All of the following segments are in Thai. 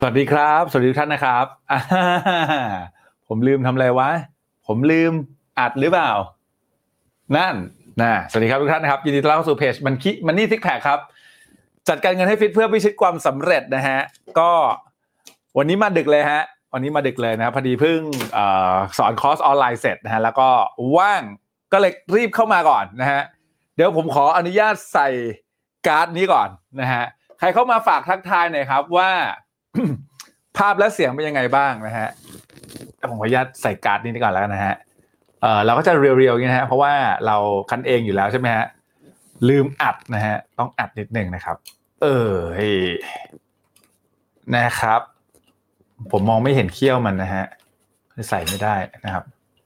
สวัสดีครับสวัสดีทุกท่านนะครับผมลืมทำอะไรวะผมลืมอัดหรือเปล่านั่นสวัสดีครับทุกท่านนะครับยินดีต้อนรับเข้าสู่เพจมันนี่ซิกแพคครับจัดการเงินให้ฟิตเพื่อพิชิตความสำเร็จนะฮะก็วันนี้มาดึกเลยฮะวันนี้มาดึกเลยนะพอดีเพิ่งสอนคอร์สออนไลน์เสร็จนะฮะแล้วก็ว่างก็เลยรีบเข้ามาก่อนนะฮะเดี๋ยวผมขออนุญาตใส่การ์ดนี้ก่อนนะฮะใครเข้ามาฝากทักทายหน่อยครับว่า ภาพและเสียงเป็นยังไงบ้างนะฮะผมขออนุญาตใส่การ์ดนี้ก่อนแล้วนะฮะเราก็จะเรียวๆอย่างนี้นะฮะเพราะว่าเราคันเองอยู่แล้วใช่ไหมฮะลืมอัดนะฮะต้องอัดนิดนึงนะครับนะครับ ผมมองไม่เห็นเขี้ยวมันนะฮะใส่ไม่ได้นะครับ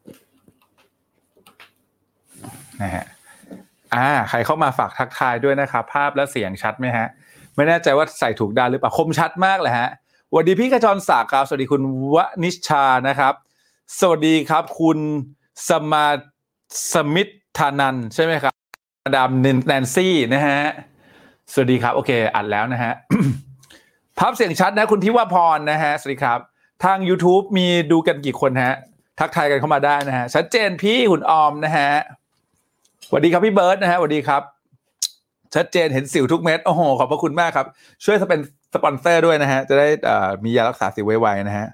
นะฮะใครเข้ามาฝากทักทายด้วยนะครับภาพและเสียงชัดไหมฮะไม่แน่ใจว่าใส่ถูกด้านหรือเปล่าคมชัดมากเลยฮะสวัสดีพี่ขจรศักดิ์ครับสวัสดีคุณวนิชชานะครับสวัสดีครับคุณสมิทธานันใช่ไหมครับมาดามแนนซี่นะฮะสวัสดีครับโอเคอัดแล้วนะฮะ ภาพเสียงชัดนะคุณทิวาพรนะฮะสวัสดีครับทาง YouTube มีดูกันกี่คนฮะทักทายกันเข้ามาได้นะฮะชัดเจนพี่คุณออมนะฮะสวัสดีครับพี่เบิร์ดนะฮะสวัสดีครับชัดเจนเห็นสิวทุกเม็ดโอ้โหขอบพระคุณมากครับช่วยเป็นสปอนเซอร์ด้วยนะฮะจะได้มียารักษาสิวไวๆนะฮะ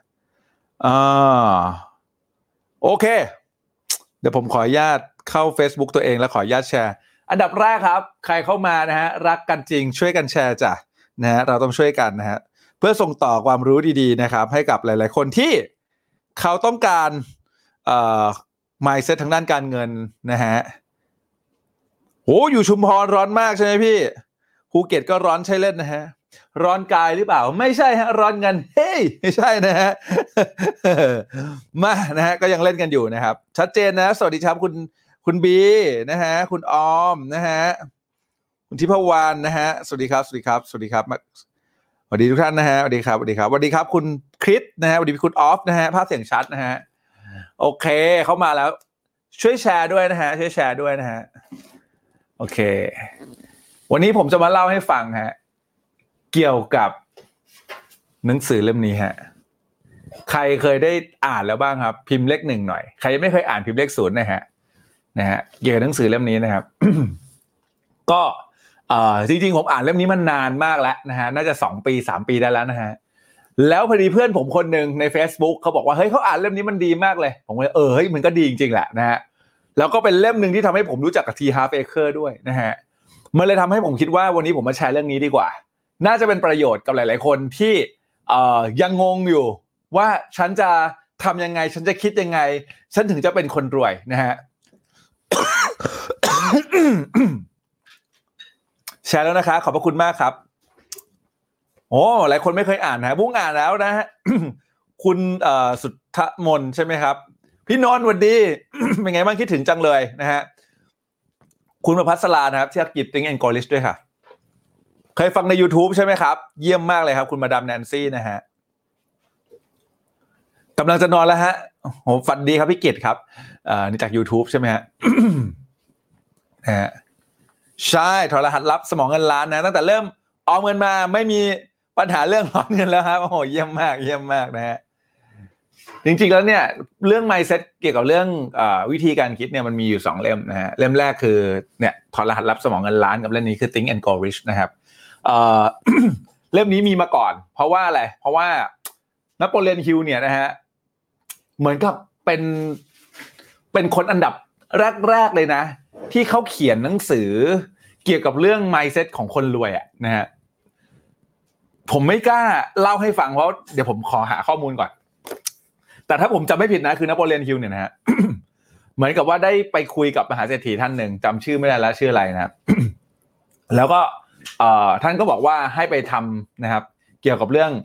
โอเคเดี๋ยวผมขออนุญาตเข้า Facebook ตัวเองแล้วขออนุญาตแชร์อันดับแรกครับใครเข้ามานะฮะรักกันจริงช่วยกันแชร์จ้ะนะฮะเราต้องช่วยกันนะฮะเพื่อส่งต่อความรู้ดีๆนะครับให้กับหลายๆคนที่เขาต้องการmindset ทางด้านการเงินนะฮะโหอยู่ชุมพรร้อนมากใช่ไหมพี่ภูเก็ตก็ร้อนใช่เล่นนะฮะร้อนกายหรือเปล่าไม่ใช่ฮะร้อนเงินเฮ้ยไม่ใช่นะฮะ มานะฮะก็ยังเล่นกันอยู่นะครับชัดเจนนะสวัสดีครับคุณบีนะฮะคุณออมนะฮะคุณทิพวรรณนะฮะสวัสดีครับสวัสดีครับสวัสดีครับสวัสดีทุกท่านนะฮะสวัสดีครับสวัสดีครับสวัสดีครับคุณคริสนะฮะสวัสดีคุณออฟนะฮะภาพเสียงชัดนะฮะโอเคเข้ามาแล้วช่วยแชร์ด้วยนะฮะช่วยแชร์ด้วยนะฮะโอเควันนี้ผมจะมาเล่าให้ฟังฮะเกี่ยวกับหนังสือเล่มนี้ฮะใครเคยได้อ่านแล้วบ้างครับพิมพ์เลข1หน่อยใครไม่เคยอ่านพิมพ์เลข0นะฮะเกี่ยวกับหนังสือเล่มนี้นะครับ ก็จริงๆผมอ่านเล่มนี้มันนานมากแล้วนะฮะน่าจะ2ปี3ปีได้แล้วนะฮะแล้วพอดีเพื่อนผมคนนึงใน Facebook เขาบอกว่าเฮ้ยเขาอ่านเล่มนี้มันดีมากเลยผมเลยเฮ้ยมันก็ดีจริงๆแหละนะฮะแล้วก็เป็นเล่มนึงที่ทำให้ผมรู้จักกับ T Harv Eker ด้วยนะฮะมันเลยทำให้ผมคิดว่าวันนี้ผมมาแชร์เรื่องนี้ดีกว่าน่าจะเป็นประโยชน์กับหลายๆคนที่ยังงงอยู่ว่าฉันจะทำยังไงฉันจะคิดยังไงฉันถึงจะเป็นคนรวยนะฮะ แชร์แล้วนะคะขอบพระคุณมากครับโอ้หลายคนไม่เคยอ่านนะบุ้งอ่านแล้วนะฮะ คุณสุทธมนใช่ไหมครับพี่นนท์สวัสดี เป็นไงบ้างคิดถึงจังเลยนะฮะคุณประภัสรานะครับที่กิจติ้งแอนกอริชด้วยค่ะเคยฟังใน YouTube ใช่ไหมครับเยี่ยมมากเลยครับคุณมาดามแนนซี่นะฮะกำลังจะนอนแล้วฮะโหฝันดีครับพี่กิจครับนี่จาก YouTube ใช่ไหมฮะ นะฮะใช่ถอดรหัสลับสมองเงินล้านนะตั้งแต่เริ่มออมเงินมาไม่มีปัญหาเรื่องร้อนเงินแล้วครับโอ้โหเยี่ยมมากเยี่ยมมากนะฮะจริงๆแล้วเนี่ยเรื่อง mindset เกี่ยวกับเรื่องวิธีการคิดเนี่ยมันมีอยู่2เล่มนะฮะเล่มแรกคือเนี่ยถอดรหัสลับสมองเงินล้านกับเล่มนี้คือ Think and Grow Rich นะครับเล่มนี้มีมาก่อนเพราะว่าอะไรเพราะว่านโปเลียนฮิลเนี่ยนะฮะเหมือนกับเป็นคนอันดับแรกๆเลยนะที่เขาเขียนหนังสือเกี่ยวกับเรื่อง mindset ของคนรวยอ่ะนะฮะผมไม่กล้าเล่าให้ฟังเพราะเดี๋ยวผมขอหาข้อมูลก่อนแต่ถ้าผมจำไม่ผิดนะคือนโปเลียนฮิลเนี่ยนะฮะ เหมือนกับว่าได้ไปคุยกับมหาเศรษฐีท่านหนึ่งจำชื่อไม่ได้แล้วชื่ออะไรนะครับ แล้วก็ท่านก็บอกว่าให้ไปทำนะครับเกี่ยวกับเรื่อง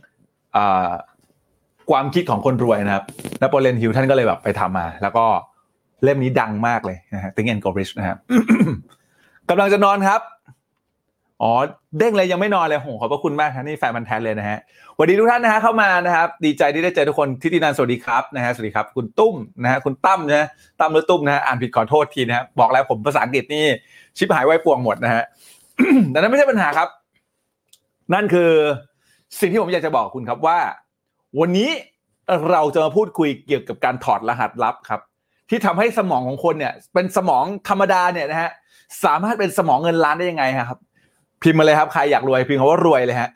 ความคิดของคนรวยนะครับนโปเลียนฮิลท่านก็เลยแบบไปทำมาแล้วก็เล่มนี้ดังมากเลยนะฮะ Think and Grow Rich นะครับ กำลังจะนอนครับอ๋อเด้งเลยยังไม่นอนเลยโหขอบพระคุณมากครับนี่แฟนมันแท้เลยนะฮะสวัสดีทุกท่านนะฮะเข้ามานะครับดีใจที่ได้เจอทุกคนทิตินันสวัสดีครับนะฮะสวัสดีครับคุณตุ้มนะฮะคุณตั้มนะฮะตั้มหรือตุ้มนะฮะอ่านผิดขอโทษทีนะฮะบอกแล้วผมภาษาอังกฤษนี่ชิบหายไว้ป่วงหมดนะฮะ แต่นั้นไม่ใช่ปัญหาครับนั่นคือสิ่งที่ผมอยากจะบอกคุณครับว่าวันนี้เราจะมาพูดคุยเกี่ยวกับการถอดรหัสลับครับที่ทำให้สมองของคนเนี่ยเป็นสมองธรรมดาเนี่ยนะฮะสามารถเป็นสมองเงินล้านได้ยังไงครับพิมพ์มาเลยครับใครอยากรวยพิมพ์คำว่ารวยเลยฮะ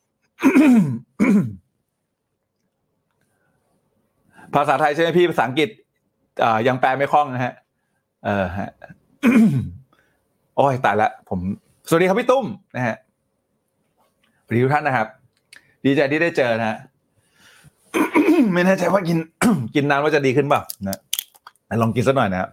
ภาษาไทยใช่ไหมพี่ภาษาอังกฤษยังแปลไม่คล่องนะฮะฮะ โอ้ยตายละผมสวัสดีครับพี่ตุ้มนะฮะสวัสดีทุกท่านนะครับดีใจที่ได้เจอนะฮะ ไม่แน่ใจว่ากิน กินน้ำว่าจะดีขึ้นเปล่านะลองกินสักหน่อยนะครับ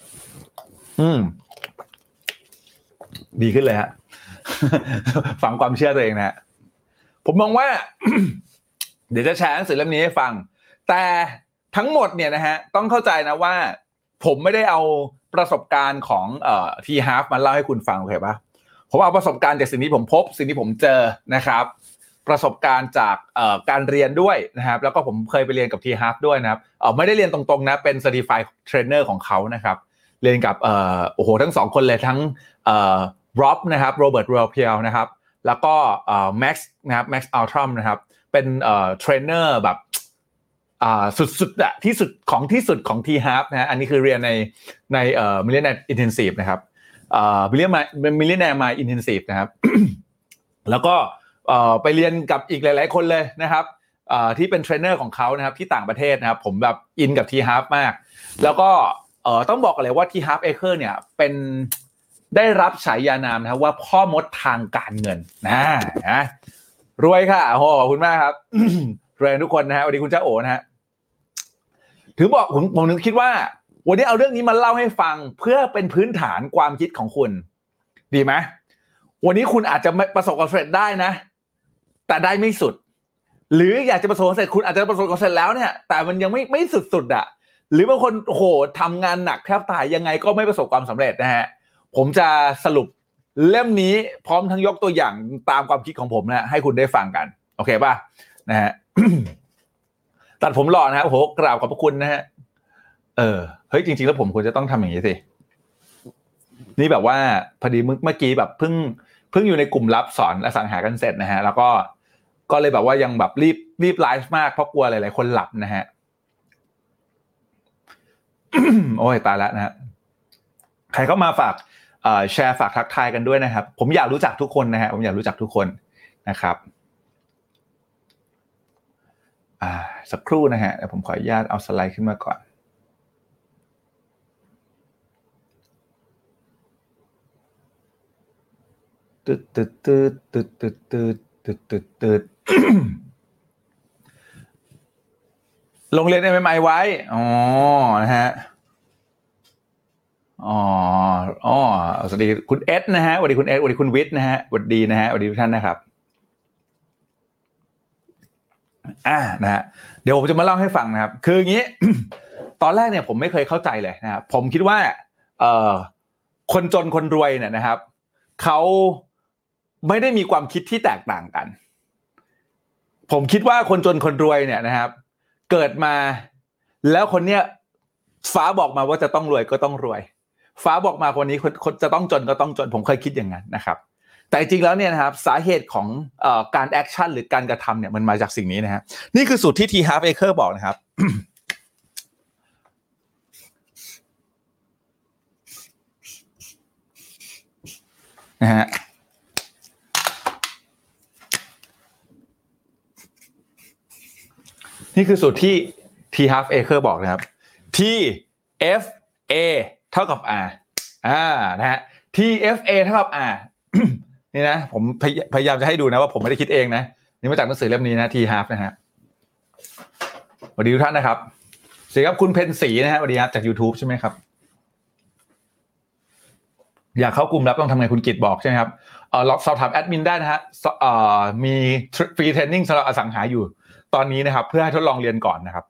ดีขึ้นเลยฮะ ฟังความเชื่อตัวเองนะฮะผมมองว่า เดี๋ยวจะแชร์หนังสือเล่มนี้ให้ฟังแต่ทั้งหมดเนี่ยนะฮะต้องเข้าใจนะว่าผมไม่ได้เอาประสบการณ์ของทีฮาฟมาเล่าให้คุณฟังโอเคป่ะผมเอาประสบการณ์จากสิ่งที่ผมพบสิ่งที่ผมเจอนะครับประสบการณ์จากการเรียนด้วยนะครับแล้วก็ผมเคยไปเรียนกับทีฮาฟด้วยนะครับไม่ได้เรียนตรงๆนะเป็น Certified Trainer ของเขานะครับเรียนกับโอ้โหทั้งสองคนเลยทั้งร็อบนะครับโรเบิร์ต เรลเพียลนะครับแล้วก็แม็กซ์นะครับแม็กซ์อัลทรัมนะครับเป็นเทรนเนอร์แบบสุดๆอะที่สุดของ T-Half นะฮะอันนี้คือเรียนในMillionaire Intensive นะครับMillionaire Mind Intensive นะครับ แล้วก็ไปเรียนกับอีกหลายๆคนเลยนะครับที่เป็นเทรนเนอร์ของเขานะครับที่ต่างประเทศนะครับผมแบบอินกับ T-Half มากแล้วก็ต้องบอกกันเลยว่า T-Half Acre เนี่ยเป็นได้รับฉายานามนะครับว่าพ่อมดทางการเงินนะรวยค่ะโอ้โหขอบคุณมากครับ รวยทุกคนนะฮะสวัสดีคุณเจ้าโอนะฮะถึงบอกผมนึกคิดว่าวันนี้เอาเรื่องนี้มาเล่าให้ฟังเพื่อเป็นพื้นฐานความคิดของคุณดีไหมวันนี้คุณอาจจะประสบความสำเร็จได้นะแต่ได้ไม่สุดหรืออยากจะประสบความสำเร็จคุณอาจจะประสบความสำเร็จแล้วเนี่ยแต่มันยังไม่สุดๆอ่ะหรือบางคนโอ้โหทำงานหนักแทบตายยังไงก็ไม่ประสบความสำเร็จนะฮะผมจะสรุปเล่มนี้พร้อมทั้งยกตัวอย่างตามความคิดของผมนะให้คุณได้ฟังกันโอเคป่ะนะฮะ ตัดผมหล่อนะฮะโอ้โหกราบขอบพระคุณนะฮะเฮ้ยจริงๆแล้วผมควรจะต้องทำอย่างนี้สินี่แบบว่าพอดีเมื่อกี้แบบเพิ่งอยู่ในกลุ่มลับสอนอสังหากันเสร็จนะฮะแล้วก็เลยแบบว่ายังแบบรีบไลฟ์มากเพราะกลัวหลายๆคนหลับนะฮะ โอ้ยตายแล้วนะฮะใครเข้ามาฝากแชร์ฝากทักทายกันด้วยนะครับผมอยากรู้จักทุกคนนะฮะผมอยากรู้จักทุกคนนะครับสักครู่นะฮะเดี๋ยวผมขออนุญาตเอาสไลด์ขึ้นมาก่อนตืดลงเรียนMMIไว้อ๋อนะฮะสวัสดีคุณเอสนะฮะสวัสดีคุณเอสสวัสดีคุณวิทย์นะฮะสวัสดีนะฮะสวัสดีทุกท่านนะครับนะฮะเดี๋ยวผมจะมาเล่าให้ฟังนะครับคืออย่างนี้ ตอนแรกเนี่ยผมไม่เคยเข้าใจเลยนะครับผมคิดว่าคนจนคนรวยเนี่ยนะครับเขาไม่ได้มีความคิดที่แตกต่างกันผมคิดว่าคนจนคนรวยเนี่ยนะครับเกิดมาแล้วคนเนี้ยฟ้าบอกมาว่าจะต้องรวยก็ต้องรวยฟ้าบอกมาคนนี้คนจะต้องจนก็ต้องจนผมเคยคิดอย่างนั้นนะครับแต่จริงแล้วเนี่ยนะครับสาเหตุของการแอคชั่นหรือการกระทำเนี่ยมันมาจากสิ่งนี้นะฮะนี่คือสูตรที่ T-Half Acre บอกนะครับ นะฮะนี่คือสูตรที่ T-Half Acre บอกนะครับ TFA เท่ากับ R นะฮะ TFA เท่ากับ R นี่นะผมพยายามจะให้ดูนะว่าผมไม่ได้คิดเองนะนี่มาจากหนังสือเล่มนี้นะ T-Half นะฮะสวัสดีทุกท่านนะครับสวัสดีครับคุณเพ็ญศรีนะฮะสวัสดีครับจาก YouTube ใช่ไหมครับอยากเข้ากลุ่มลับต้องทำไงคุณกิตบอกใช่ไหมครับสอบถามแอดมินได้นะฮะมีฟรีเทรนนิ่งสำหรับอสังหาอยู่ตอนนี้นะครับเพื่อให้ทดลองเรียนก่อนนะครับ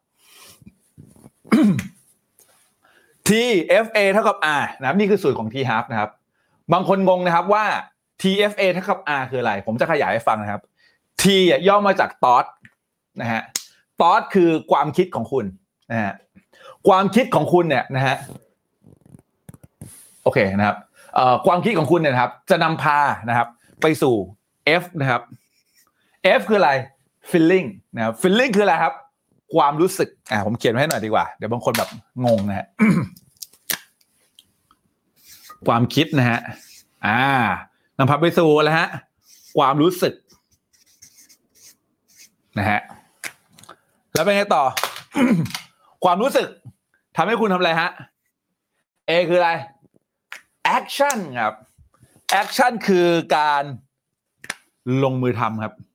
TFA เท่ากับ R นะครับนี่คือสูตรของ T-Half นะครับบางคนงงนะครับว่า TFA เท่ากับ R คืออะไรผมจะขยายให้ฟังนะครับ T ย่อมาจาก thought นะฮะ thought คือความคิดของคุณนะฮะความคิดของคุณเนี่ยนะฮะโอเคนะครับความคิดของคุณเนี่ยนะครับจะนำพานะครับไปสู่ F นะครับ F คืออะไร feeling นะครับ feeling คืออะไรครับความรู้สึกผมเขียนไว้ให้หน่อยดีกว่าเดี๋ยวบางคนแบบงงนะฮะ ความคิดนะฮะนำพาไปสู่อะไรฮะความรู้สึกนะฮะแล้วเป็นไงต่อ ความรู้สึกทำให้คุณทำอะไรฮะ A คืออะไร action ครับ action คือการลงมือทำครับ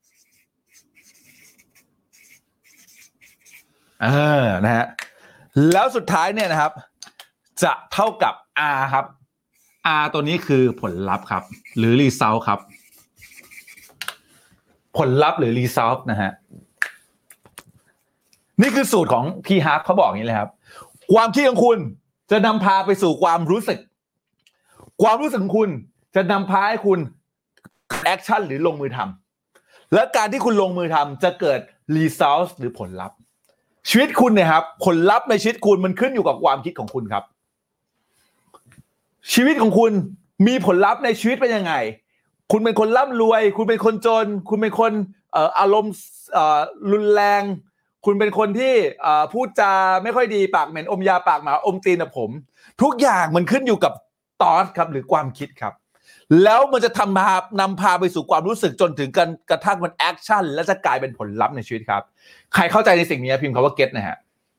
นะฮะแล้วสุดท้ายเนี่ยนะครับจะเท่ากับ R ครับ R ตัวนี้คือผลลัพธ์ครับหรือ result ครับผลลัพธ์หรือ result นะฮะนี่คือสูตรของ T Harv เขาบอกอย่างนี้เลยครับความคิดของคุณจะนำพาไปสู่ความรู้สึกความรู้สึกของคุณจะนำพาให้คุณแอคชั่นหรือลงมือทำและการที่คุณลงมือทำจะเกิด result หรือผลลัพธ์ชีวิตคุณเนี่ยครับผลลัพธ์ในชีวิตคุณมันขึ้นอยู่กับความคิดของคุณครับชีวิตของคุณมีผลลัพธ์ในชีวิตเป็นยังไงคุณเป็นคนร่ำรวยคุณเป็นคนจนคุณเป็นคนอารมณ์รุนแรงคุณเป็นคนที่พูดจาไม่ค่อยดีปากเหม็นอมยาปากหมาอมตีนผมทุกอย่างมันขึ้นอยู่กับทอทครับหรือความคิดครับแล้วมันจะนำพาไปสู่ความรู้สึกจนถึงกระทั่งมันแอคชั่นและจะกลายเป็นผลลัพธ์ในชีวิตครับใครเข้าใจในสิ่งนี้พิมพ์คำว่าเก็ตนะฮะ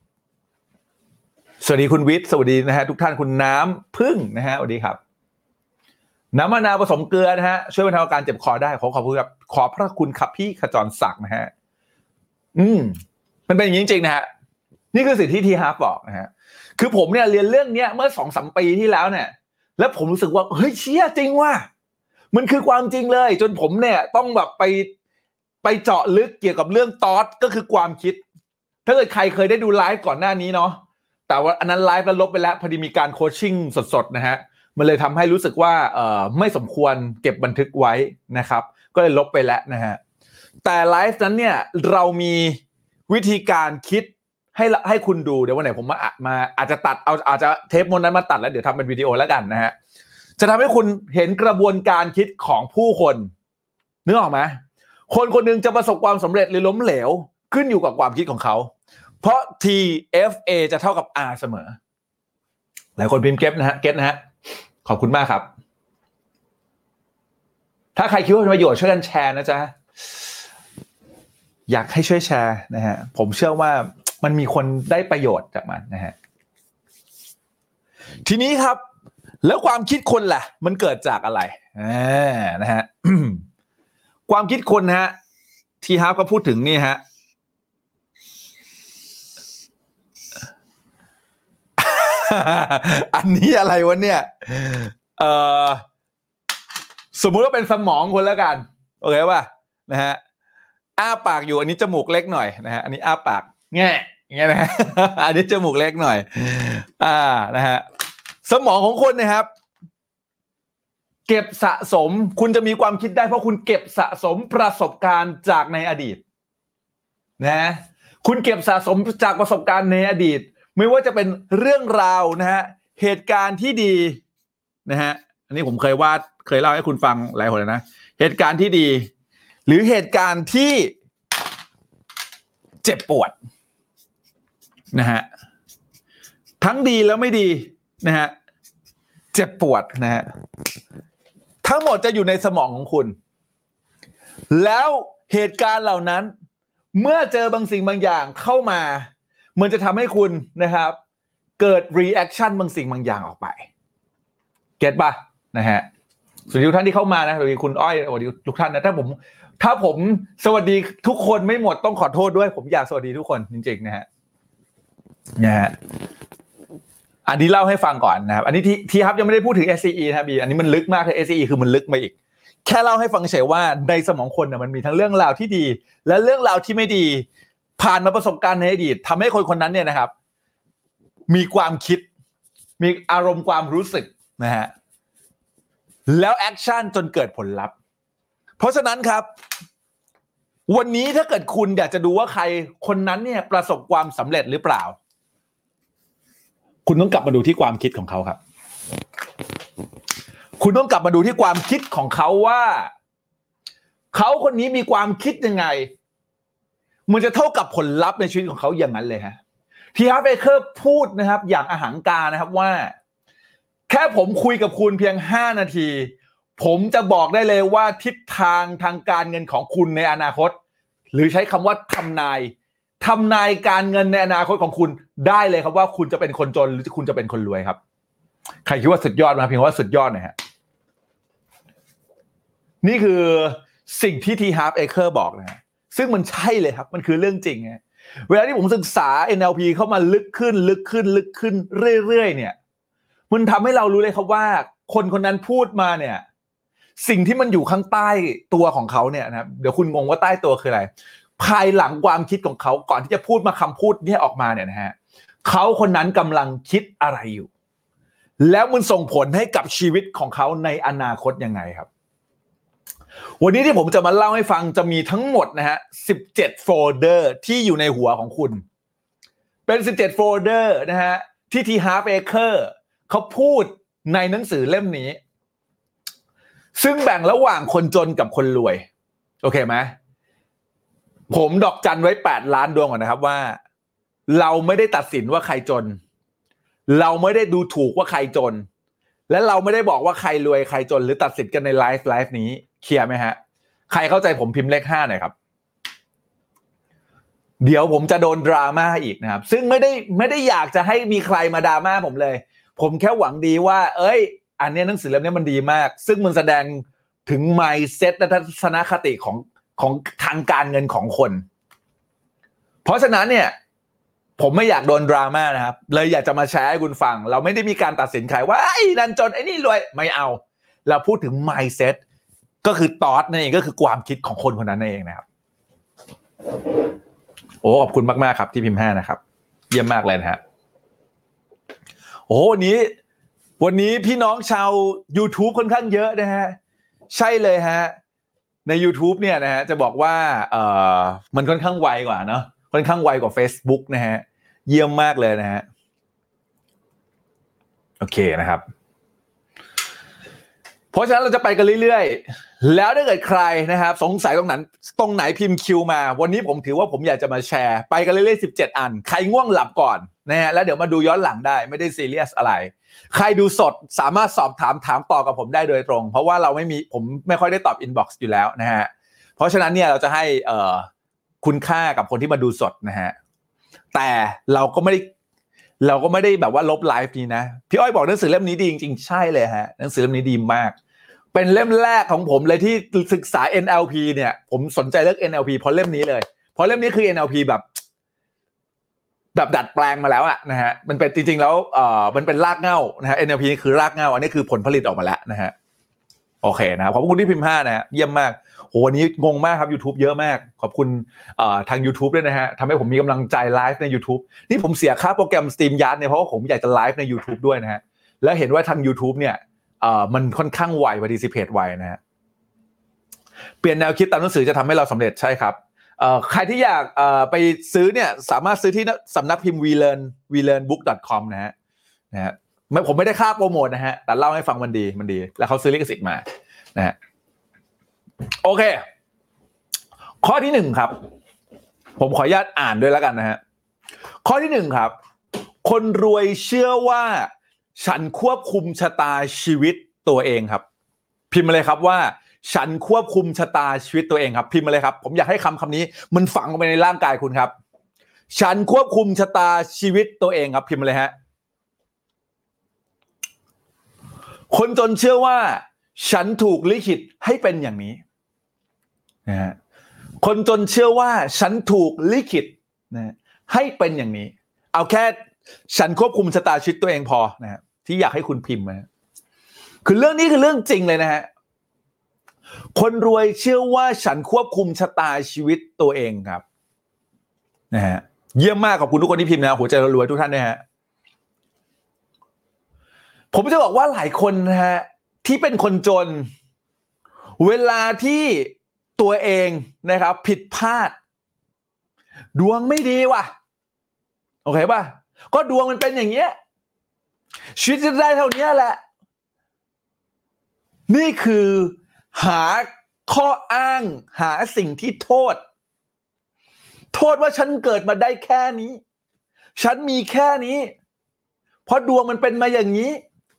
สวัสดีคุณวิทย์สวัสดีนะฮะทุกท่านคุณน้ำพึ่งนะฮะสวัสดีครับน้ำมะนาวผสมเกลือนะฮะช่วยบรรเทาอาการเจ็บคอได้ขอบคุณครับขอบพระคุณครับพี่ขจรศักดิ์นะฮะมันเป็นอย่างนี้จริงๆนะฮะนี่คือสิ่งที่ทีฮาร์ฟบอกนะฮะคือผมเนี่ยเรียนเรื่องนี้เมื่อ 2-3 ปีที่แล้วเนี่ยแล้วผมรู้สึกว่าเฮ้ยเชี่ยจริงว่ะมันคือความจริงเลยจนผมเนี่ยต้องแบบไปเจาะลึกเกี่ยวกับเรื่องทอทก็คือความคิดถ้าเกิดใครเคยได้ดูไลฟ์ก่อนหน้านี้เนาะแต่ว่าอันนั้นไลฟ์แล้วลบไปแล้วพอดีมีการโคชชิ่งสดๆนะฮะมันเลยทำให้รู้สึกว่าไม่สมควรเก็บบันทึกไว้นะครับก็เลยลบไปแล้วนะฮะแต่ไลฟ์นั้นเนี่ยเรามีวิธีการคิดให้คุณดูเดี๋ยววันไหนผมมาอาจจะตัดอาจจะเทปนั้นมาตัดแล้วเดี๋ยวทำเป็นวิดีโอแล้วกันนะฮะจะทำให้คุณเห็นกระบวนการคิดของผู้คนนึกออกไหมคนคนนึงจะประสบความสำเร็จหรือล้มเหลวขึ้นอยู่กับความคิดของเขาเพราะ TFA จะเท่ากับ R เสมอหลายคนพิมพ์เก็ตนะฮะขอบคุณมากครับถ้าใครคิดว่าเป็นประโยชน์ช่วยกันแชร์นะจ๊ะอยากให้ช่วยแชร์นะฮะผมเชื่อว่ามันมีคนได้ประโยชน์จากมันนะฮะทีนี้ครับแล้วความคิดคนล่ะมันเกิดจากอะไรนะฮะ ความคิดคนฮะทีฮาร์ฟก็พูดถึงนี่ฮะ อันนี้อะไรวะเนี่ยสมมุติว่าเป็นสมองคนแล้วกันโอเคป่ะนะฮะอ้าปากอยู่อันนี้จมูกเล็กหน่อยนะฮะอันนี้อ้าปากแง่อย่างเงี้ยนะฮะ อันนี้จมูกเล็กหน่อยนะฮะสมองของคนนะครับเก็บสะสมคุณจะมีความคิดได้เพราะคุณเก็บสะสมประสบการณ์จากในอดีตนะคุณเก็บสะสมจากประสบการณ์ในอดีตไม่ว่าจะเป็นเรื่องราวนะฮะเหตุการณ์ที่ดีนะฮะอันนี้ผมเคยเล่าให้คุณฟังหลายหนนะเหตุการณ์ที่ดีหรือเหตุการณ์ที่เจ็บปวดนะฮะทั้งดีแล้วไม่ดีนะฮะเจ็บปวดนะฮะทั้งหมดจะอยู่ในสมองของคุณแล้วเหตุการณ์เหล่านั้นเมื่อเจอบางสิ่งบางอย่างเข้ามามันจะทำให้คุณนะครับเกิด reaction บางสิ่งบางอย่างออกไปเก็ทป่ะนะฮะสวัสดีทุกท่านที่เข้ามานะสวัสดีคุณอ้อยสวัสดีทุกท่านนะถ้าผมสวัสดีทุกคนไม่หมดต้องขอโทษด้วยผมอยากสวัสดีทุกคนจริงๆนะฮะอันนี้เล่าให้ฟังก่อนนะครับอันนี้ที่ครับยังไม่ได้พูดถึง SCE นะครับอันนี้มันลึกมากเลย SCE คือมันลึกมาอีกแค่เล่าให้ฟังเฉยว่าในสมองคนมันมีทั้งเรื่องราวที่ดีและเรื่องราวที่ไม่ดีผ่านมาประสบการณ์ในอดีตทำให้คนคนนั้นเนี่ยนะครับมีความคิดมีอารมณ์ความรู้สึกนะฮะแล้วแอคชั่นจนเกิดผลลัพธ์เพราะฉะนั้นครับวันนี้ถ้าเกิดคุณอยากจะดูว่าใครคนนั้นเนี่ยประสบความสำเร็จหรือเปล่าคุณต้องกลับมาดูที่ความคิดของเขาครับคุณต้องกลับมาดูที่ความคิดของเขาว่าเขาคนนี้มีความคิดยังไงมันจะเท่ากับผลลัพธ์ในชีวิตของเขาอย่างนั้นเลยฮะที่ฮาร์ฟเอเคอร์พูดนะครับอย่างอหังการนะครับว่าแค่ผมคุยกับคุณเพียง5 นาทีผมจะบอกได้เลยว่าทิศทางทางการเงินของคุณในอนาคตหรือใช้คำว่าทำนายการเงินในอนาคตของคุณได้เลยครับว่าคุณจะเป็นคนจนหรือคุณจะเป็นคนรวยครับใครคิดว่าสุดยอดมาเพียงว่าสุดยอดหน่อยฮะนี่คือสิ่งที่ทีฮาร์ฟเอเคอร์บอกนะฮะซึ่งมันใช่เลยครับมันคือเรื่องจริงฮะเวลาที่ผมศึกษา NLP เข้ามาลึกขึ้นเรื่อยๆเนี่ยมันทำให้เรารู้เลยครับว่าคนคนนั้นพูดมาเนี่ยสิ่งที่มันอยู่ข้างใต้ตัวของเขาเนี่ยนะครับเดี๋ยวคุณงงว่าใต้ตัวคืออะไรภายหลังความคิดของเขาก่อนที่จะพูดมาคำพูดนี้ออกมาเนี่ยนะฮะเขาคนนั้นกำลังคิดอะไรอยู่แล้วมันส่งผลให้กับชีวิตของเขาในอนาคตยังไงครับวันนี้ที่ผมจะมาเล่าให้ฟังจะมีทั้งหมดนะฮะ17โฟลเดอร์ที่อยู่ในหัวของคุณเป็น17โฟลเดอร์นะฮะที่ทีฮาร์ฟเอเคอร์เขาพูดในหนังสือเล่มนี้ซึ่งแบ่งระหว่างคนจนกับคนรวยโอเคไหมผมดอกจันไว้8 ล้านดวงก่อนนะครับว่าเราไม่ได้ตัดสินว่าใครจนเราไม่ได้ดูถูกว่าใครจนและเราไม่ได้บอกว่าใครรวยใครจนหรือตัดสินกันในไลฟ์นี้เคลียร์ไหมฮะใครเข้าใจผมพิมพ์เลข5หน่อยครับเดี๋ยวผมจะโดนดราม่าอีกนะครับซึ่งไม่ได้อยากจะให้มีใครมาดราม่าผมเลยผมแค่หวังดีว่าอันนี้หนังสือเล่มนี้มันดีมากซึ่งมันแสดงถึง mindset และทัศนคติของทางการเงินของคนเพราะฉะนั้นเนี่ยผมไม่อยากโดนดราม่านะครับเลยอยากจะมาแชร์ให้คุณฟังเราไม่ได้มีการตัดสินใครว่าไอ้นั่นจนไอ้นี่รวยไม่เอาเราพูดถึง mindset ก็คือ thought นั่นเองก็คือความคิดของคนคนนั้นเองนะครับโอ้ขอบคุณมากๆครับที่พิมพ์5นะครับเยี่ยมมากเลยนะฮะโอ้วันนี้พี่น้องชาว YouTube ค่อนข้างเยอะนะฮะใช่เลยฮะใน YouTube เนี่ยนะฮะจะบอกว่ามันค่อนข้างไวกว่าเนาะค่อนข้างไวกว่า Facebook นะฮะเยี่ยมมากเลยนะฮะโอเคนะครับเพราะฉะนั้นเราจะไปกันเรื่อยๆแล้วถ้าเกิดใครนะครับสงสัยตรงไหนพิมพ์คิวมาวันนี้ผมถือว่าผมอยากจะมาแชร์ไปกันเรื่อยๆ17 อันใครง่วงหลับก่อนนะฮะแล้วเดี๋ยวมาดูย้อนหลังได้ไม่ได้ซีเรียสอะไรใครดูสดสามารถสอบถามต่อกับผมได้โดยตรงเพราะว่าผมไม่ค่อยได้ตอบอินบ็อกซ์อยู่แล้วนะฮะเพราะฉะนั้นเนี่ยเราจะให้คุณค่ากับคนที่มาดูสดนะฮะแต่เราก็ไม่ได้แบบว่าลบไลฟ์นี้นะพี่อ้อยบอกหนังสือเล่มนี้ดีจริงๆใช่เลยฮะหนังสือเล่มนี้ดีมากเป็นเล่มแรกของผมเลยที่ศึกษา NLP เนี่ยผมสนใจเรื่อง NLP เพราะเล่มนี้เลยเพราะเล่มนี้คือ NLP แบบดัดแปลงมาแล้วอะนะฮะมันเป็นจริงๆแล้วมันเป็นรากเหง้านะฮะ NLP นี่คือรากเหง้าอันนี้คือผลผลิตออกมาแล้วนะฮะโอเคนะครับขอบคุณที่พิมพ์5นะฮะเยี่ยมมากโหวันนี้งงมากครับ YouTube เยอะมากขอบคุณทาง YouTube ด้วยนะฮะทำให้ผมมีกำลังใจไลฟ์ใน YouTube นี่ผมเสียค่าโปรแกรม StreamYard เนี่ยเพราะว่าผมอยากจะไลฟ์ใน YouTube ด้วยนะฮะแล้วเห็นว่าทาง YouTube เนี่ยมันค่อนข้างไว participate ไวนะฮะเปลี่ยนแนวคิดตามหนังสือจะทำให้เราสำเร็จใช่ครับใครที่อยากไปซื้อเนี่ยสามารถซื้อที่สำนักพิมพ์ WeLearnBook.com นะฮะผมไม่ได้ค่าโปรโมทนะฮะแต่เล่าให้ฟังมันดีแล้วเขาซื้อลิขสิทธิ์มานะฮะโอเคข้อที่1ครับผมขออนุญาตอ่านด้วยแล้วกันนะฮะข้อที่1ครับคนรวยเชื่อว่าฉันควบคุมชะตาชีวิตตัวเองครับพิมพ์มาเลยครับว่าฉันควบคุมชะตาชีวิตตัวเองครับพิมพ์มาเลยครับผมอยากให้คำนี้มันฝังลงไปในร่างกายคุณครับฉันควบคุมชะตาชีวิตตัวเองครับพิมพ์มาเลยฮะคนจนเชื่อว่าฉันถูกลิขิตให้เป็นอย่างนี้นะฮะคนจนเชื่อว่าฉันถูกลิขิตนะให้เป็นอย่างนี้เอาแค่ฉันควบคุมชะตาชีวิตตัวเองพอนะฮะที่อยากให้คุณพิมพ์นะคือเรื่องนี้คือเรื่องจริงเลยนะฮะคนรวยเชื่อว่าฉันควบคุมชะตาชีวิตตัวเองครับนะฮะเยี่ยมมากขอบคุณทุกคนที่พิมพ์นะหัวใจรวยทุกท่านนะฮะผมจะบอกว่าหลายคนนะฮะที่เป็นคนจนเวลาที่ตัวเองนะครับผิดพลาดดวงไม่ดีว่ะโอเคป่ะก็ดวงมันเป็นอย่างเงี้ยชีวิตจะได้เท่านี้แหละนี่คือหาข้ออ้างหาสิ่งที่โทษว่าฉันเกิดมาได้แค่นี้ฉันมีแค่นี้เพราะดวงมันเป็นมาอย่างนี้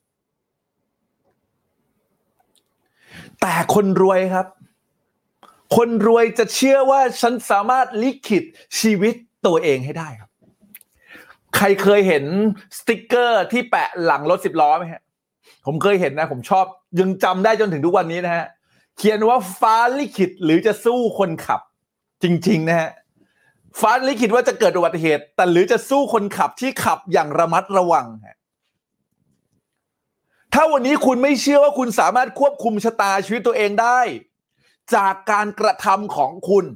แต่คนรวยครับคนรวยจะเชื่อว่าฉันสามารถลิขิตชีวิตตัวเองให้ได้ครับใครเคยเห็นสติ๊กเกอร์ที่แปะหลังรถ10 ล้อไหมฮะผมเคยเห็นนะผมชอบยังจำได้จนถึงทุกวันนี้นะฮะเขียนว่าฟ้าลิขิตหรือจะสู้คนขับจริงๆนะฮะฟ้าลิขิตว่าจะเกิดอุบัติเหตุแต่หรือจะสู้คนขับที่ขับอย่างระมัดระวังฮะถ้าวันนี้คุณไม่เชื่อว่าคุณสามารถควบคุมชะตาชีวิตตัวเองได้จากการกระทำของ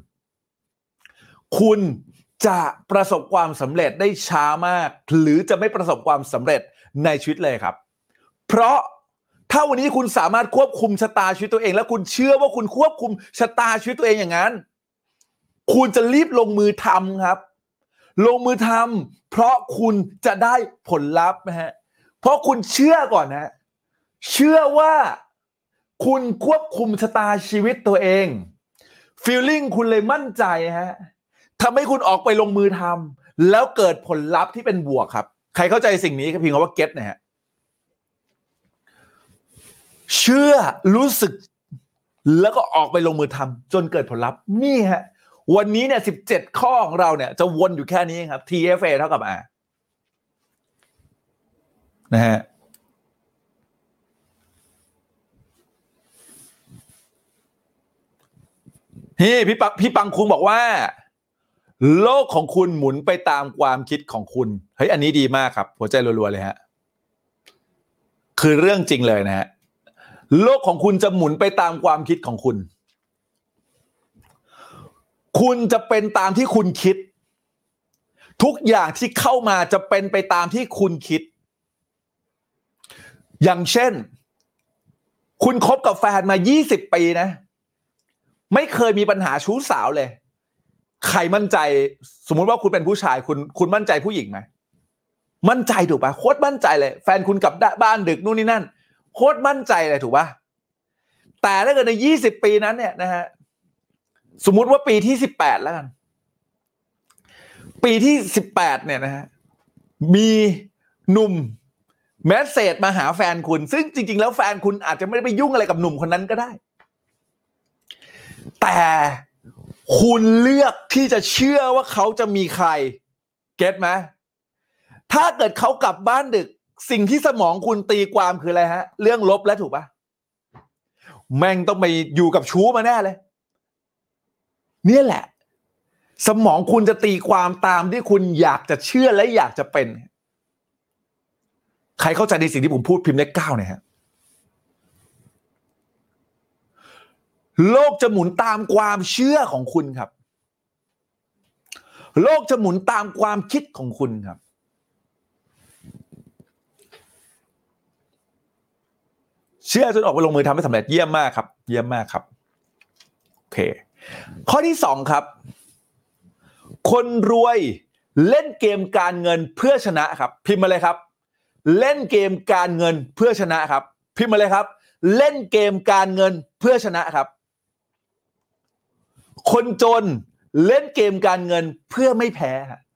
คุณจะประสบความสำเร็จได้ช้ามากหรือจะไม่ประสบความสำเร็จในชีวิตเลยครับเพราะถ้าวันนี้คุณสามารถควบคุมชะตาชีวิตตัวเองและคุณเชื่อว่าคุณควบคุมชะตาชีวิตตัวเองอย่างนั้นคุณจะรีบลงมือทำครับลงมือทำเพราะคุณจะได้ผลลัพธ์นะฮะเพราะคุณเชื่อก่อนนะเชื่อว่าคุณควบคุมชะตาชีวิตตัวเองฟีลลิ่งคุณเลยมั่นใจฮะทำให้คุณออกไปลงมือทำแล้วเกิดผลลัพธ์ที่เป็นบวกครับใครเข้าใจสิ่งนี้ก็พิมพ์คำว่า get นะฮะเชื่อรู้สึกแล้วก็ออกไปลงมือทำจนเกิดผลลัพธ์นี่ฮะวันนี้เนี่ย17 ข้อของเราเนี่ยจะวนอยู่แค่นี้ครับ TFA เท่ากับ R นะฮะพี่ปังคุงบอกว่าโลกของคุณหมุนไปตามความคิดของคุณเฮ้ยอันนี้ดีมากครับหัวใจรัวๆเลยฮะคือเรื่องจริงเลยนะฮะโลกของคุณจะหมุนไปตามความคิดของคุณคุณจะเป็นตามที่คุณคิดทุกอย่างที่เข้ามาจะเป็นไปตามที่คุณคิดอย่างเช่นคุณคบกับแฟนมา20 ปีนะไม่เคยมีปัญหาชู้สาวเลยใครมั่นใจสมมุติว่าคุณเป็นผู้ชายคุณมั่นใจผู้หญิงไหมมั่นใจถูกป่ะโคตรมั่นใจเลยแฟนคุณกลับบ้านดึกนู่นนี่นั่นโคตรมั่นใจเลยถูกป่ะแต่ถ้าเกิดใน20 ปีนั้นเนี่ยนะฮะสมมุติว่าปีที่18แล้วกันปีที่18เนี่ยนะฮะมีหนุ่มเมสเสจมาหาแฟนคุณซึ่งจริงๆแล้วแฟนคุณอาจจะไม่ได้ไปยุ่งอะไรกับหนุ่มคนนั้นก็ได้แต่คุณเลือกที่จะเชื่อว่าเขาจะมีใครเก็ทไหมถ้าเกิดเขากลับบ้านดึกสิ่งที่สมองคุณตีความคืออะไรฮะเรื่องลบแล้วถูกปะแม่งต้องไปอยู่กับชู้มาแน่เลยเนี่ยแหละสมองคุณจะตีความตามที่คุณอยากจะเชื่อและอยากจะเป็นใครเข้าใจในสิ่งที่ผมพูดพิมพ์เลข 9เนี่ยฮะโลกจะหมุนตามความเชื่อของคุณครับโลกจะหมุนตามความคิดของคุณครับเชื่อจนออกไปลงมือทำให้สำเร็จเยี่ยมมากครับเยี่ยมมากครับโอเคข้อที่2ครับคนรวยเล่นเกมการเงินเพื่อชนะครับพิมพ์มาเลยครับเล่นเกมการเงินเพื่อชนะครับพิมพ์มาเลยครับเล่นเกมการเงินเพื่อชนะครับคนจนเล่นเกมการเงินเพื่อไม่แพ้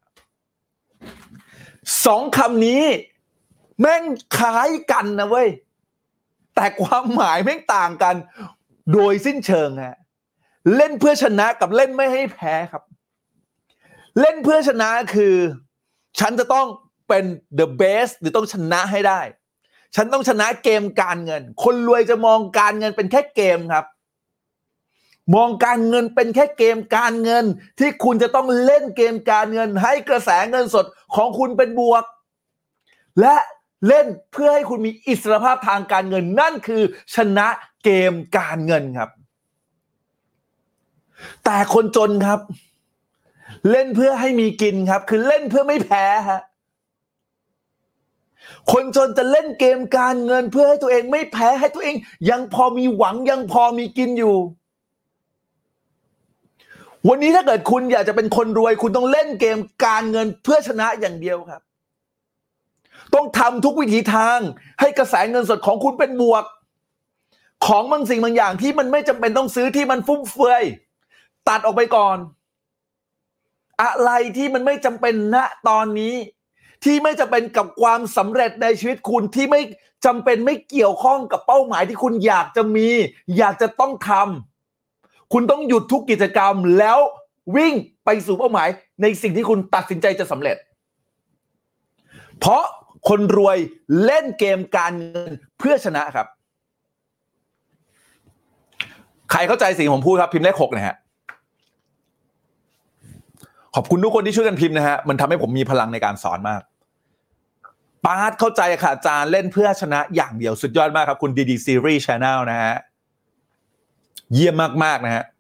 2 คำนี้แม่งคล้ายกันนะเว้ยแต่ความหมายแม่งต่างกันโดยสิ้นเชิงฮะเล่นเพื่อชนะกับเล่นไม่ให้แพ้ครับเล่นเพื่อชนะคือฉันจะต้องเป็น the best หรือต้องชนะให้ได้ฉันต้องชนะเกมการเงินคนรวยจะมองการเงินเป็นแค่เกมครับมองการเงินเป็นแค่เกมการเงินที่คุณจะต้องเล่นเกมการเงินให้กระแสเงินสดของคุณเป็นบวกและเล่นเพื่อให้คุณมีอิสรภาพทางการเงินนั่นคือชนะเกมการเงินครับแต่คนจนครับเล่นเพื่อให้มีกินครับคือเล่นเพื่อไม่แพ้ฮะคนจนจะเล่นเกมการเงินเพื่อให้ตัวเองไม่แพ้ให้ตัวเองยังพอมีหวังยังพอมีกินอยู่วันนี้ถ้าเกิดคุณอยากจะเป็นคนรวยคุณต้องเล่นเกมการเงินเพื่อชนะอย่างเดียวครับต้องทำทุกวิถีทางให้กระแสเงินสดของคุณเป็นบวกของบางสิ่งบางอย่างที่มันไม่จำเป็นต้องซื้อที่มันฟุ่มเฟือยตัดออกไปก่อนอะไรที่มันไม่จำเป็นณตอนนี้ที่ไม่จำเป็นกับความสำเร็จในชีวิตคุณที่ไม่จำเป็นไม่เกี่ยวข้องกับเป้าหมายที่คุณอยากจะมีอยากจะต้องทำคุณต้องหยุดทุกกิจกรรมแล้ววิ่งไปสู่เป้าหมายในสิ่งที่คุณตัดสินใจจะสำเร็จเพราะคนรวยเล่นเกมการเงินเพื่อชนะครับใครเข้าใจสิ่งผมพูดครับพิมพ์เลข 6นะฮะขอบคุณทุกคนที่ช่วยกันพิมพ์นะฮะมันทำให้ผมมีพลังในการสอนมากปาร์ตเข้าใจค่ะอาจารย์เล่นเพื่อชนะอย่างเดียวสุดยอดมากครับคุณดีดีซีรีส์ Channel นะฮะเยี่ยมมากๆนะฮะ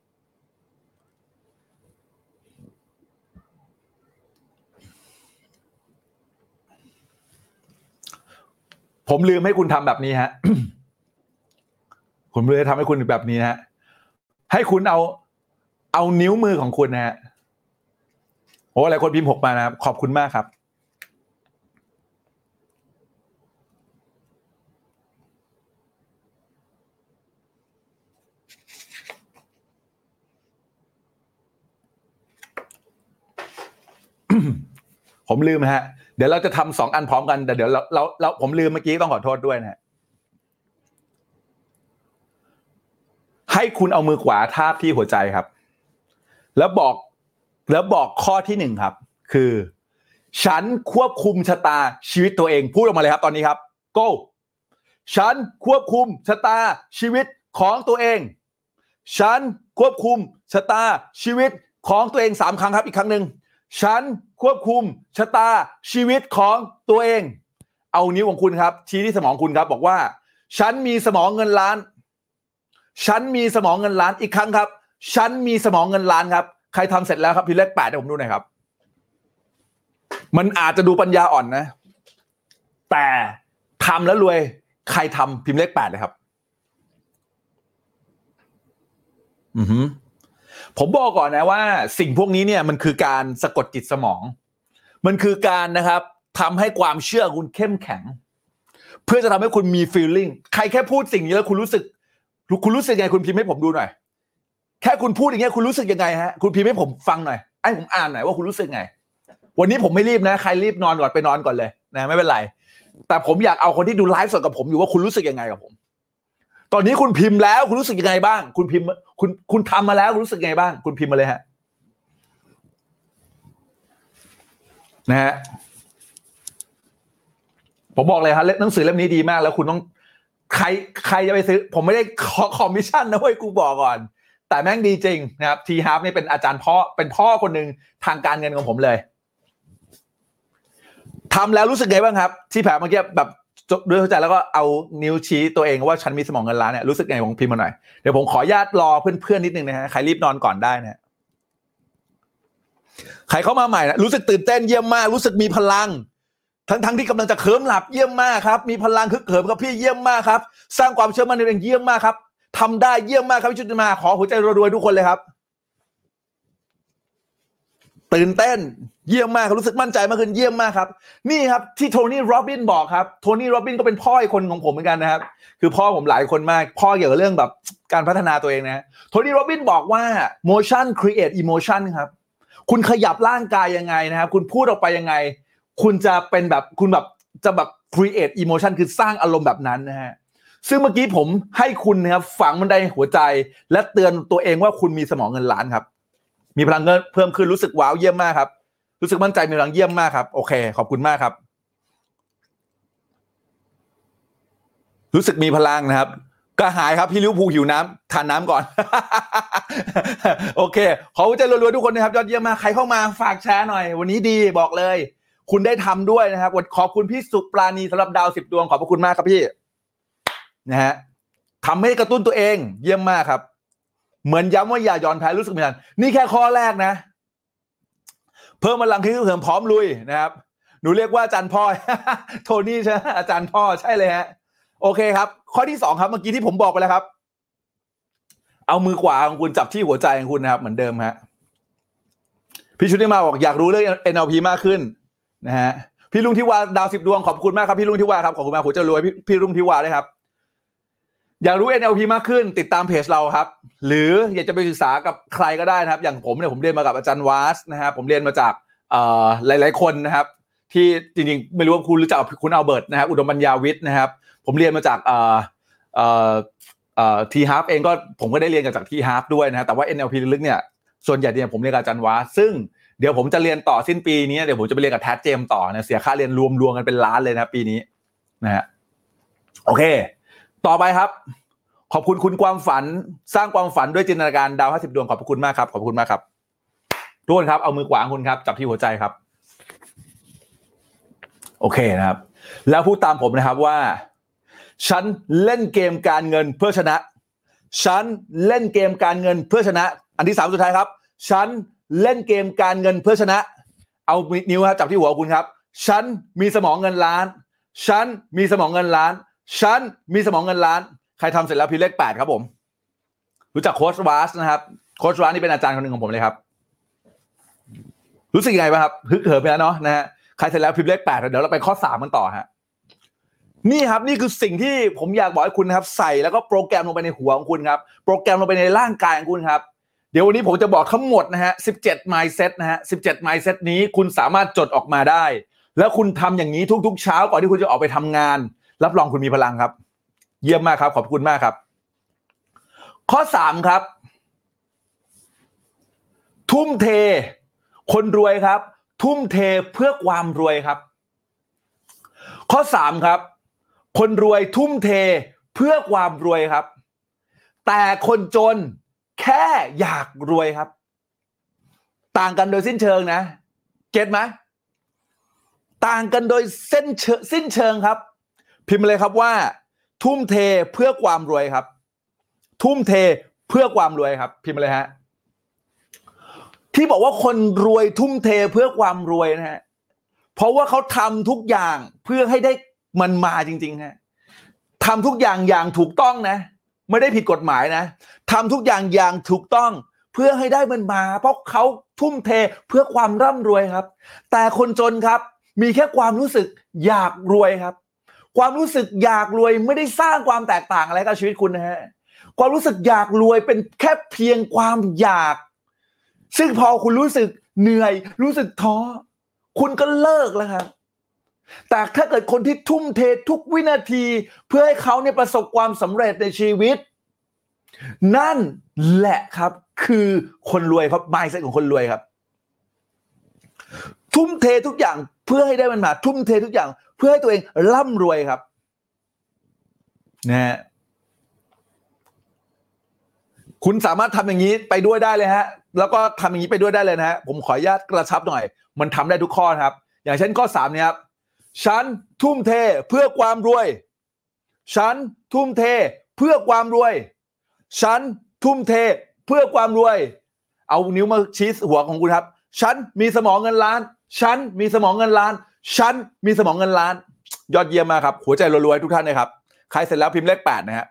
ผมลืมให้คุณทำแบบนี้ฮะ ผมเลยทำให้คุณแบบนี้นะฮะให้คุณเอานิ้วมือของคุณนะฮะโอ้หลายคนพิมพ์6มานะครับขอบคุณมากครับผมลืมฮะเดี๋ยวเราจะทำ2 อันพร้อมกันแต่เดี๋ยวเราผมลืมเมื่อกี้ต้องขอโทษด้วยนะฮะให้คุณเอามือขวาทาบที่หัวใจครับแล้วบอกข้อที่1ครับคือฉันควบคุมชะตาชีวิตตัวเองพูดออกมาเลยครับตอนนี้ครับ go ฉันควบคุมชะตาชีวิตของตัวเองฉันควบคุมชะตาชีวิตของตัวเอง3 ครั้งครับอีกครั้งหนึ่งฉันควบคุมชะตาชีวิตของตัวเองเอานิ้วของคุณครับชี้ที่สมองคุณครับบอกว่าฉันมีสมองเงินล้านฉันมีสมองเงินล้านอีกครั้งครับฉันมีสมองเงินล้านครับใครทำเสร็จแล้วครับพิมพ์เลข 8ให้ผมดูหน่อยครับมันอาจจะดูปัญญาอ่อนนะแต่ทำแล้วรวยใครทำพิมพ์เลข 8เลยครับผมบอกก่อนนะว่าสิ่งพวกนี้เนี่ยมันคือการสะกดจิตสมองมันคือการนะครับทำให้ความเชื่อคุณเข้มแข็งเพื่อจะทำให้คุณมี feeling ใครแค่พูดสิ่งนี้แล้วคุณรู้สึกไงคุณพิมพ์ให้ผมดูหน่อยแค่คุณพูดอย่างเงี้ยคุณรู้สึกยังไงฮะคุณพิมพ์ให้ผมฟังหน่อยให้ผมอ่านหน่อยว่าคุณรู้สึกไงวันนี้ผมไม่รีบนะใครรีบนอนก่อนไปนอนก่อนเลยนะไม่เป็นไรแต่ผมอยากเอาคนที่ดูไลฟ์สดกับผมอยู่ว่าคุณรู้สึกยังไงกับผมตอนนี้คุณพิมพ์แล้วคุณรู้สึกยังไงบ้างคุณพิมพ์คุณทำมาแล้วคุณรู้สึกยังไงบ้างคุณพิมพ์มาเลยฮะนะฮะผมบอกเลยครับหนังสือเล่มนี้ดีมากแล้วคุณต้องใครจะไปซื้อผมไม่ได้ขอคอมมิชชั่นนะเว้ยกูบอกก่อนแต่แม่งดีจริงนะครับทีฮาร์ฟนี่เป็นอาจารย์เป็นพ่อคนหนึ่งทางการเงินของผมเลยทำแล้วรู้สึกไงบ้างครับที่แผลเมื่อกี้แบบด้วยเข้าใจแล้วก็เอานิ้วชี้ตัวเองว่าฉันมีสมองเงินล้านเนี่ยรู้สึกไงผมพิมพ์มาหน่อยเดี๋ยวผมขออนุญาตรอเพื่อนๆนิดนึงนะฮะใครรีบนอนก่อนได้นะใครเข้ามาใหม่นะรู้สึกตื่นเต้นเยี่ยมมากรู้สึกมีพลังทั้งที่กำลังจะเคลิ้มหลับเยี่ยมมากครับมีพลังฮึกเหิมครับพี่เยี่ยมมากครับสร้างความเชื่อมั่นในตัวเองเยี่ยมมากครับทำได้เยี่ยมมากครับพี่ชุติมาขอหัวใจรวยๆทุกคนเลยครับตื่นเต้นเยี่ยมมากรู้สึกมั่นใจมากขึ้นเยี่ยมมากครับนี่ครับที่โทนี่โรบินบอกครับโทนี่โรบินก็เป็นพ่ออีกคนของผมเหมือนกันนะครับคือพ่อผมหลายคนมากพ่อเกี่ยวกับเรื่องแบบการพัฒนาตัวเองนะโทนี่โรบินบอกว่า motion create emotion ครับคุณขยับร่างกายยังไงนะครับคุณพูดออกไปยังไงคุณจะเป็นแบบคุณแบบจะแบบ create emotion คือสร้างอารมณ์แบบนั้นนะฮะซึ่งเมื่อกี้ผมให้คุณนะครับฝังมันในหัวใจและเตือนตัวเองว่าคุณมีสมองเงินล้านครับมีพลังเงินเพิ่มขึ้นรู้สึกว้าวเยี่ยมมากครับรู้สึกมั่นใจมีพลังเยี่ยมมากครับโอเคขอบคุณมากครับรู้สึกมีพลังนะครับก็หายครับพี่ลิวภูหิวน้ำทานน้ำก่อน โอเคขอใจรวยๆทุกคนนะครับยอดเยี่ยมมากใครเข้ามาฝากแชร์หน่อยวันนี้ดีบอกเลยคุณได้ทำด้วยนะครับขอบคุณพี่สุปราณีสำหรับดาว10 ดวงขอบพระคุณมากครับพี่นะฮะทำให้กระตุ้นตัวเองเยี่ยมมากครับเหมือนย้ำว่าอย่ายอมแพ้รู้สึกไม่ทันนี่แค่ข้อแรกนะเพิ่มพลังขึ้นเพิ่มพร้อมลุยนะครับหนูเรียกว่าอาจารย์พ่อ โทนี่ใช่ไหมอาจารย์พ่อใช่เลยฮะโอเคครับข้อที่2ครับเมื่อกี้ที่ผมบอกไปแล้วครับเอามือขวาของคุณจับที่หัวใจของคุณนะครับเหมือนเดิมฮะพี่ชุติมาบอกอยากรู้เรื่อง NLP มากขึ้นนะฮะพี่ลุงทิวาดาว10 ดวงขอบคุณมากครับพี่ลุงทิวาครับขอบคุณมากผมจะรวยพี่ลุงทิวาด้วยครับอยากรู้ NLP มากขึ้นติดตามเพจเราครับหรืออยากจะไปศึกษากับใครก็ได้นะครับอย่างผมเนี่ยผมเรียนมากับอาจารย์วาสนะครับผมเรียนมาจากหลายๆคนนะครับที่จริงๆไม่รู้ว่าคุณรู้จักคุณอัลเบิร์ตนะครับอุดมปัญญาวิทย์นะครับผมเรียนมาจากทีฮาร์ฟเองก็ผมก็ได้เรียนจากทีฮาร์ฟด้วยนะแต่ว่า NLP ลึกๆเนี่ยส่วนใหญ่เนี่ยผมเรียนกับอาจารย์วาสซึ่งเดี๋ยวผมจะเรียนต่อสิ้นปีนี้เดี๋ยวผมจะไปเรียนกับแท็ดเจมต่อนะเสียค่าเรียนรวมๆกันเป็นล้านเลยนะปีนี้นะฮะโอเคต่อไปครับขอบคุณคุณความฝันสร้างความฝันด้วยจินตนาการดาว50ดวงขอบคุณมากครับขอบคุณมากครับทุกคนครับเอามือขวาคุณครับจับที่หัวใจครับโอเคนะครับแล้วพูดตามผมนะครับว่าฉันเล่นเกมการเงินเพื่อชนะฉันเล่นเกมการเงินเพื่อชนะอันที่3สุดท้ายครับฉันเล่นเกมการเงินเพื่อชนะเอานิ้วครับจับที่หัวคุณครับฉันมีสมองเงินล้านฉันมีสมองเงินล้านฉันมีสมองเงินล้านใครทำเสร็จแล้วพิมพ์เลข8ครับผมรู้จักโค้ชวาสนะครับโค้ชวาสนี่เป็นอาจารย์คนหนึ่งของผมเลยครับรู้สึกยังไงบ้างครับฮึกเหิมไปแล้วเนาะนะฮะใครเสร็จแล้วพิมพ์เลข8เดี๋ยวเราไปข้อ3กันต่อฮะนี่ครับนี่คือสิ่งที่ผมอยากบอกให้คุณนะครับใส่แล้วก็โปรแกรมลงไปในหัวของคุณครับโปรแกรมลงไปในร่างกายของคุณครับเดี๋ยววันนี้ผมจะบอกทั้งหมดนะฮะ17 mindset นะฮะ17 mindset นี้คุณสามารถจดออกมาได้แล้วคุณทำอย่างนี้ทุกๆเช้าก่อนที่คุณจะออกไปทำงานรับรองคุณมีพลังครับเยี่ยมมากครับขอบคุณมากครับข้อ3ครับทุ่มเทคนรวยครับทุ่มเทเพื่อความรวยครับข้อ3ครับคนรวยทุ่มเทเพื่อความรวยครับแต่คนจนแค่อยากรวยครับต่างกันโดยสิ้นเชิงนะเก็ทไหมต่างกันโดยสิ้นเชิงครับพิมพ์เลยครับว่าทุ่มเทเพื่อความรวยครับทุ่มเทเพื่อความรวยครับพิมพ์เลยฮะที่บอกว่าคนรวยทุ่มเทเพื่อความรวยนะฮะเพราะว่าเขาทำทุกอย่างเพื่อให้ได้มันมาจริงๆฮะทำทุกอย่างอย่างถูกต้องนะไม่ได้ผิดกฎหมายนะทำทุกอย่างอย่างถูกต้องเพื่อให้ได้มันมาเพราะเขาทุ่มเทเพื่อความร่ำรวยครับแต่คนจนครับมีแค่ความรู้สึกอยากรวยครับความรู้สึกอยากรวยไม่ได้สร้างความแตกต่างอะไรกับชีวิตคุณนะฮะความรู้สึกอยากรวยเป็นแค่เพียงความอยากซึ่งพอคุณรู้สึกเหนื่อยรู้สึกท้อคุณก็เลิกแล้วครับแต่ถ้าเกิดคนที่ทุ่มเททุกวินาทีเพื่อให้เขาเนี่ยประสบความสำเร็จในชีวิตนั่นแหละครับคือคนรวยครับ mindset ของคนรวยครับทุ่มเททุกอย่างเพื่อให้ได้มันมาทุ่มเททุกอย่างเพื่อให้ตัวเองร่ำรวยครับนะฮะคุณสามารถทำอย่างนี้ไปด้วยได้เลยฮะแล้วก็ทำอย่างนี้ไปด้วยได้เลยนะฮะผมขออนุญาตกระชับหน่อยมันทำได้ทุกข้อนะครับอย่างเช่นข้อ3เนี่ยครับฉันทุ่มเทเพื่อความรวยฉันทุ่มเทเพื่อความรวยฉันทุ่มเทเพื่อความรวยเอานิ้วมาชี้หัวของคุณครับฉันมีสมองเงินล้านฉันมีสมองเงินล้านฉันมีสมองเงินล้านยอดเยี่ยมมากครับหัวใจรัวๆทุกท่านนะครับใครเสร็จแล้วพิมพ์เลข8นะฮะ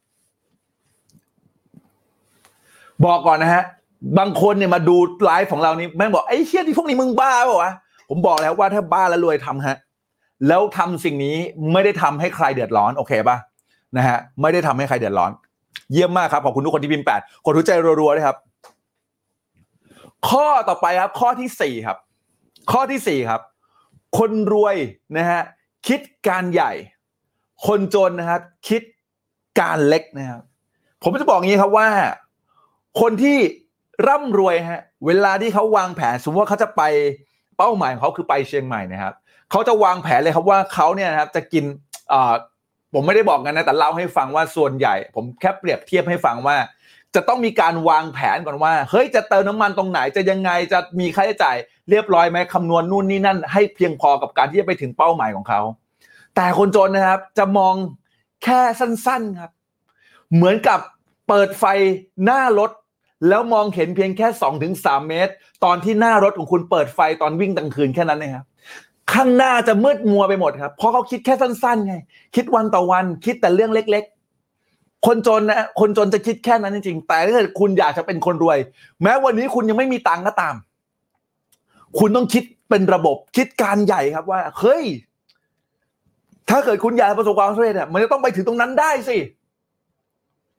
บอกก่อนนะฮะบางคนเนี่ยมาดูไลฟ์ของเรานี่แม่งบอกไอ้เหี้ยที่พวกนี้มึงบ้าเปล่าวะผมบอกแล้วว่าถ้าบ้าแล้วรวยทำฮะแล้วทำสิ่งนี้ไม่ได้ทำให้ใครเดือดร้อนโอเคป่ะนะฮะไม่ได้ทำให้ใครเดือดร้อนเยี่ยมมากครับขอบคุณทุกคนที่พิมพ์8กดหัวใจรัวๆด้วยครับข้อต่อไปครับข้อที่4ครับข้อที่4ครับคนรวยนะฮะคิดการใหญ่คนจนนะครับคิดการเล็กนะครับผมจะบอกงี้ครับว่าคนที่ร่ำรวยฮะเวลาที่เขาวางแผนสมมติว่าเขาจะไปเป้าหมายของเขาคือไปเชียงใหม่นะครับเขาจะวางแผนเลยครับว่าเขาเนี่ยนะครับจะกินผมไม่ได้บอกกันนะแต่เล่าให้ฟังว่าส่วนใหญ่ผมแค่เปรียบเทียบให้ฟังว่าจะต้องมีการวางแผนก่อนว่าเฮ้ยจะเติมน้ำมันตรงไหนจะยังไงจะมีค่าใช้จ่ายเรียบร้อยไหมคำนวณนู่นนี่นั่นให้เพียงพอกับการที่จะไปถึงเป้าหมายของเขาแต่คนจนนะครับจะมองแค่สั้นๆครับเหมือนกับเปิดไฟหน้ารถแล้วมองเห็นเพียงแค่ 2-3 เมตรตอนที่หน้ารถของคุณเปิดไฟตอนวิ่งกลางคืนแค่นั้นนะครับข้างหน้าจะมืดมัวไปหมดครับเพราะเขาคิดแค่สั้นๆไงคิดวันต่อวันคิดแต่เรื่องเล็กๆคนจนนะคนจนจะคิดแค่นั้นจริงๆแต่ถ้าเกิดคุณอยากจะเป็นคนรวยแม้วันนี้คุณยังไม่มีตังค์ก็ตามคุณต้องคิดเป็นระบบคิดการใหญ่ครับว่าเฮ้ยถ้าเกิดคุณอยากประสบความสำเร็จเนี่ยมันจะต้องไปถึงตรงนั้นได้สิ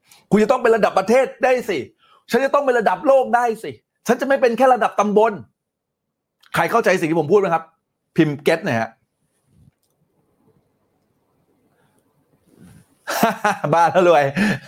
คุณจะต้องเป็นระดับประเทศได้สิฉันจะต้องเป็นระดับโลกได้สิฉันจะไม่เป็นแค่ระดับตำบลใครเข้าใจสิ่งที่ผมพูดไหมครับพิมพ์เก็ตหน่อยฮะ บ้าแล้วรวย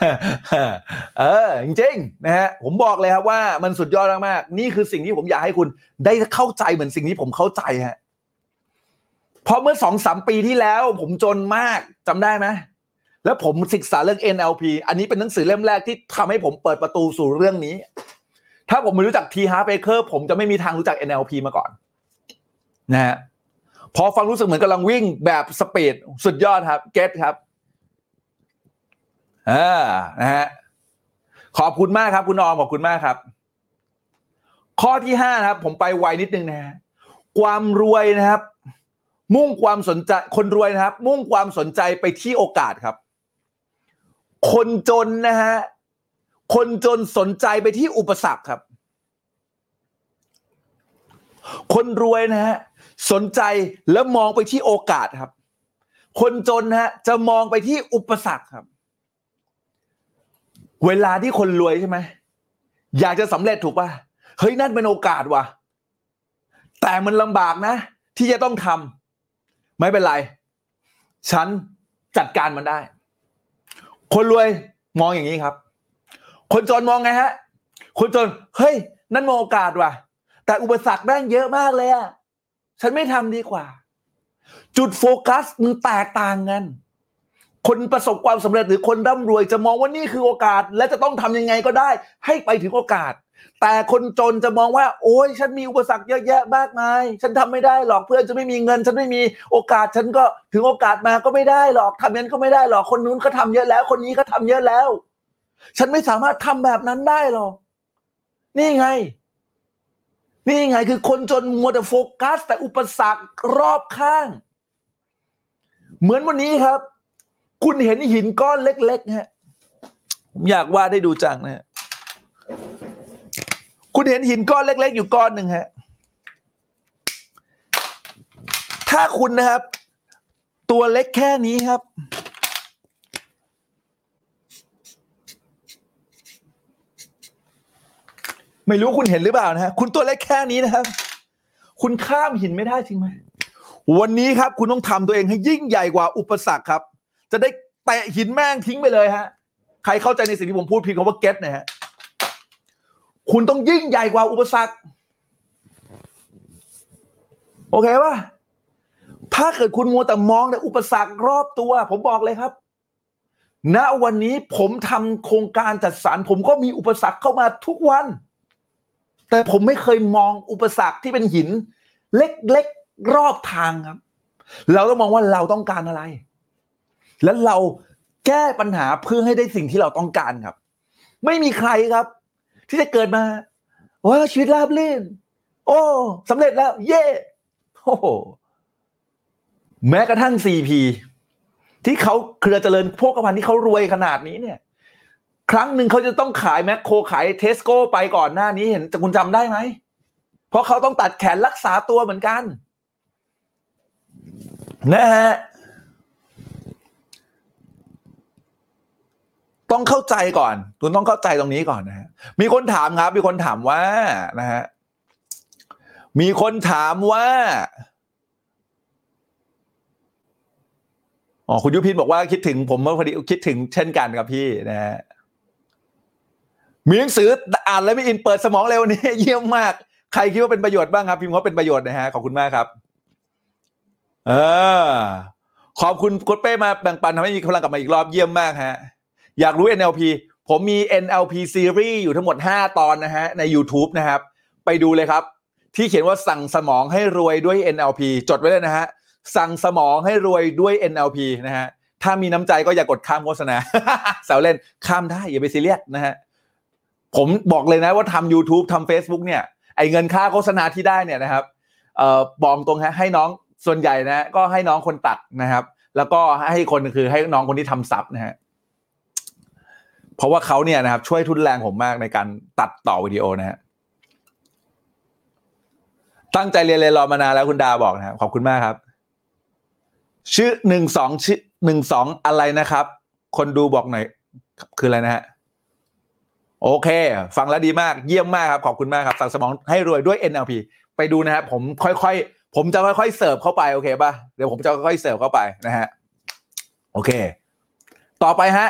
จริงๆนะฮะผมบอกเลยครับว่ามันสุดยอดมากๆนี่คือสิ่งที่ผมอยากให้คุณได้เข้าใจเหมือนสิ่งที่ผมเข้าใจฮะเพราะเมื่อ 2-3 ปีที่แล้วผมจนมากจำได้ไหมแล้วผมศึกษาเรื่อง NLP อันนี้เป็นหนังสือเล่มแรกที่ทำให้ผมเปิดประตูสู่เรื่องนี้ถ้าผมไม่รู้จัก T. Harv Eker ผมจะไม่มีทางรู้จัก NLP มาก่อนนะฮะพอฟังรู้สึกเหมือนกำลังวิ่งแบบสปีดสุดยอดครับเก็ตครับนะฮะขอบคุณมากครับคุณออมขอบคุณมากครับข้อที่5นะครับผมไปไวนิดนึงนะฮะความรวยนะครับมุ่งความสนใจคนรวยนะครับมุ่งความสนใจไปที่โอกาสครับคนจนนะฮะคนจนสนใจไปที่อุปสรรคครับคนรวยนะฮะสนใจแล้วมองไปที่โอกาสครับคนจนนะฮะจะมองไปที่อุปสรรคครับเวลาที่คนรวยใช่ไหมอยากจะสำเร็จถูกป่ะเฮ้ยนั่นเป็นโอกาสว่ะแต่มันลำบากนะที่จะต้องทำไม่เป็นไรฉันจัดการมันได้คนรวยมองอย่างนี้ครับคนจนมองไงฮะคนจนเฮ้ยนั่นโอกาสว่ะแต่อุปสรรคแม่งเยอะมากเลยอ่ะฉันไม่ทำดีกว่าจุดโฟกัสมันแตกต่างกันคนประสบความสำเร็จหรือคนร่ำรวยจะมองว่านี่คือโอกาสและจะต้องทำยังไงก็ได้ให้ไปถึงโอกาสแต่คนจนจะมองว่าโอ๊ยฉันมีอุปสรรคเยอะแยะมากมายฉันทำไม่ได้หรอกเพื่อนจะไม่มีเงินฉันไม่มีโอกาสฉันก็ถึงโอกาสมาก็ไม่ได้หรอกทำงั้นก็ไม่ได้หรอกคนนู้นเขาทำเยอะแล้วคนนี้เขาทำเยอะแล้วฉันไม่สามารถทำแบบนั้นได้หรอกนี่ไงคือคนจนมัวแต่โฟกัสแต่อุปสรรครอบข้างเหมือนวันนี้ครับคุณเห็นหินก้อนเล็กๆฮะผมอยากวาดให้ดูจังนะฮะคุณเห็นหินก้อนเล็กๆอยู่ก้อนหนึ่งฮะถ้าคุณนะครับตัวเล็กแค่นี้ครับไม่รู้คุณเห็นหรือเปล่านะฮะคุณตัวเล็กแค่นี้นะครับคุณข้ามหินไม่ได้จริงไหมวันนี้ครับคุณต้องทำตัวเองให้ยิ่งใหญ่กว่าอุปสรรคครับจะได้เตะหินแม่งทิ้งไปเลยฮะใครเข้าใจในสิ่งที่ผมพูดพิมพ์คำว่าเก็ตนะฮะคุณต้องยิ่งใหญ่กว่าอุปสรรคโอเคป่ะถ้าเกิดคุณมัวแต่มองแต่อุปสรรครอบตัวผมบอกเลยครับณวันนี้ผมทำโครงการจัดสรรผมก็มีอุปสรรคเข้ามาทุกวันแต่ผมไม่เคยมองอุปสรรคที่เป็นหินเล็กๆรอบทางครับเราต้องมองว่าเราต้องการอะไรแล้วเราแก้ปัญหาเพื่อให้ได้สิ่งที่เราต้องการครับไม่มีใครครับที่จะเกิดมาว่าชีวิตราบรื่นโอ้สำเร็จแล้วเย่โอ้แม้กระทั่ง CP ที่เขาเครือเจริญโภคภัณฑ์ที่เขารวยขนาดนี้เนี่ยครั้งหนึ่งเขาจะต้องขายแมคโครขายเทสโก้ไปก่อนหน้านี้เห็นคุณจำได้ไหมเพราะเขาต้องตัดแขนรักษาตัวเหมือนกันนะฮะต้องเข้าใจก่อนคุณต้องเข้าใจตรงนี้ก่อนนะฮะมีคนถามครับมีคนถามว่านะฮะมีคนถามว่าคุณยุพินบอกว่าคิดถึงผมพอดีคิดถึงเช่นกันครับพี่นะฮะมีหนังสืออ่านแล้วไม่อินเปิดสมองเร็วนี้เยี่ยมมากใครคิดว่าเป็นประโยชน์บ้างครับพิมพ์ว่าเป็นประโยชน์นะฮะขอบคุณมากครับขอบคุณโค้ชเป้มาแบ่งปันทำให้มีกำลังกลับมาอีกรอบเยี่ยมมากฮะอยากรู้ NLP ผมมี NLP Series อยู่ทั้งหมด5ตอนนะฮะใน YouTube นะครับไปดูเลยครับที่เขียนว่าสั่งสมองให้รวยด้วย NLP จดไว้เลยนะฮะสั่งสมองให้รวยด้วย NLP นะฮะถ้ามีน้ำใจก็อย่ากดข้ามโฆษณา แซวเล่นข้ามได้อย่าไปซีเรียสนะฮะผมบอกเลยนะว่าทำ YouTube ทำ Facebook เนี่ยไอ้เงินค่าโฆษณาที่ได้เนี่ยนะครับบอกตรงฮะให้น้องส่วนใหญ่นะก็ให้น้องคนตัดนะครับแล้วก็ให้คนคือให้น้องคนที่ทำซับนะฮะเพราะว่าเขาเนี่ยนะครับช่วยทุนแรงผมมากในการตัดต่อวิดีโอนะฮะตั้งใจเรียนรอมานานแล้วคุณดาบอกนะครับขอบคุณมากครับชื่อ12ชื่อ12อะไรนะครับคนดูบอกหน่อยคืออะไรนะฮะโอเคฟังแล้วดีมากเยี่ยมมากครับขอบคุณมากครับสั่งสมองให้รวยด้วย NLP ไปดูนะครับผมจะค่อยๆเสิร์ฟเข้าไปโอเคป่ะเดี๋ยวผมจะค่อยๆเสิร์ฟเข้าไปนะฮะโอเคต่อไปนะฮะ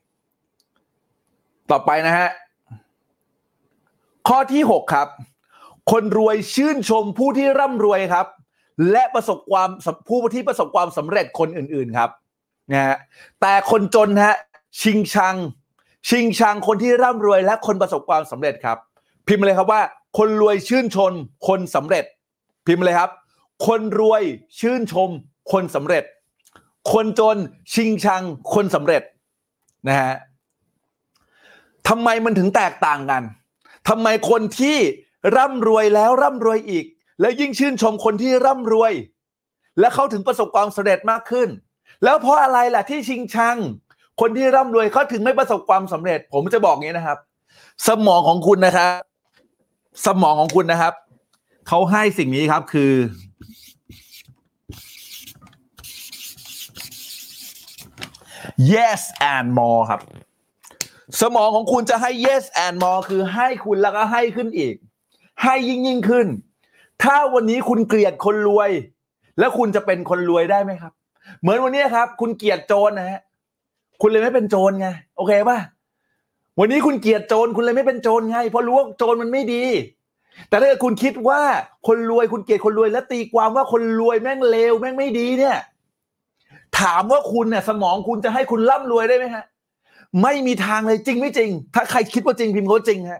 ข้อที่6ครับคนรวยชื่นชมผู้ที่ร่ำรวยครับและผู้ที่ประสบความสำเร็จคนอื่นๆครับนะฮะแต่คนจนฮะชิงชังคนที่ร่ำรวยและคนประสบความสำเร็จครับพิมพ์มาเลยครับว่าคนรวยชื่นชมคนสำเร็จพิมพ์มาเลยครับคนรวยชื่นชมคนสำเร็จคนจนชิงชังคนสำเร็จนะฮะทำไมมันถึงแตกต่างกันทำไมคนที่ร่ำรวยแล้วร่ำรวยอีกและยิ่งชื่นชมคนที่ร่ำรวยและเขาถึงประสบความสำเร็จมากขึ้นแล้วเพราะอะไรล่ะที่ชิงชังคนที่ร่ำรวยเขาถึงไม่ประสบความสำเร็จผมจะบอกงี้นะครับสมองของคุณนะครับเขาให้สิ่งนี้ครับคือ yes and more ครับสมองของคุณจะให้ yes and more คือให้คุณแล้วก็ให้ขึ้นอีกให้ยิ่งขึ้นถ้าวันนี้คุณเกลียดคนรวยแล้วคุณจะเป็นคนรวยได้ไหมครับเหมือนวันนี้ครับคุณเกลียดโจรนะฮะคุณเลยไม่เป็นโจรไงโอเคป่ะวันนี้คุณเกลียดโจรคุณเลยไม่เป็นโจรไงเพราะรู้ว่าโจรมันไม่ดีแต่ถ้าคุณคิดว่าคนรวยคุณเกลียดคนรวยแล้วตีความว่าคนรวยแม่งเลวแม่งไม่ดีเนี่ยถามว่าคุณเนี่ยสมองคุณจะให้คุณร่ำรวยได้ไหมฮะไม่มีทางเลยจริงไม่จริงถ้าใครคิดว่าจริงพิมพ์เขาจริงฮะ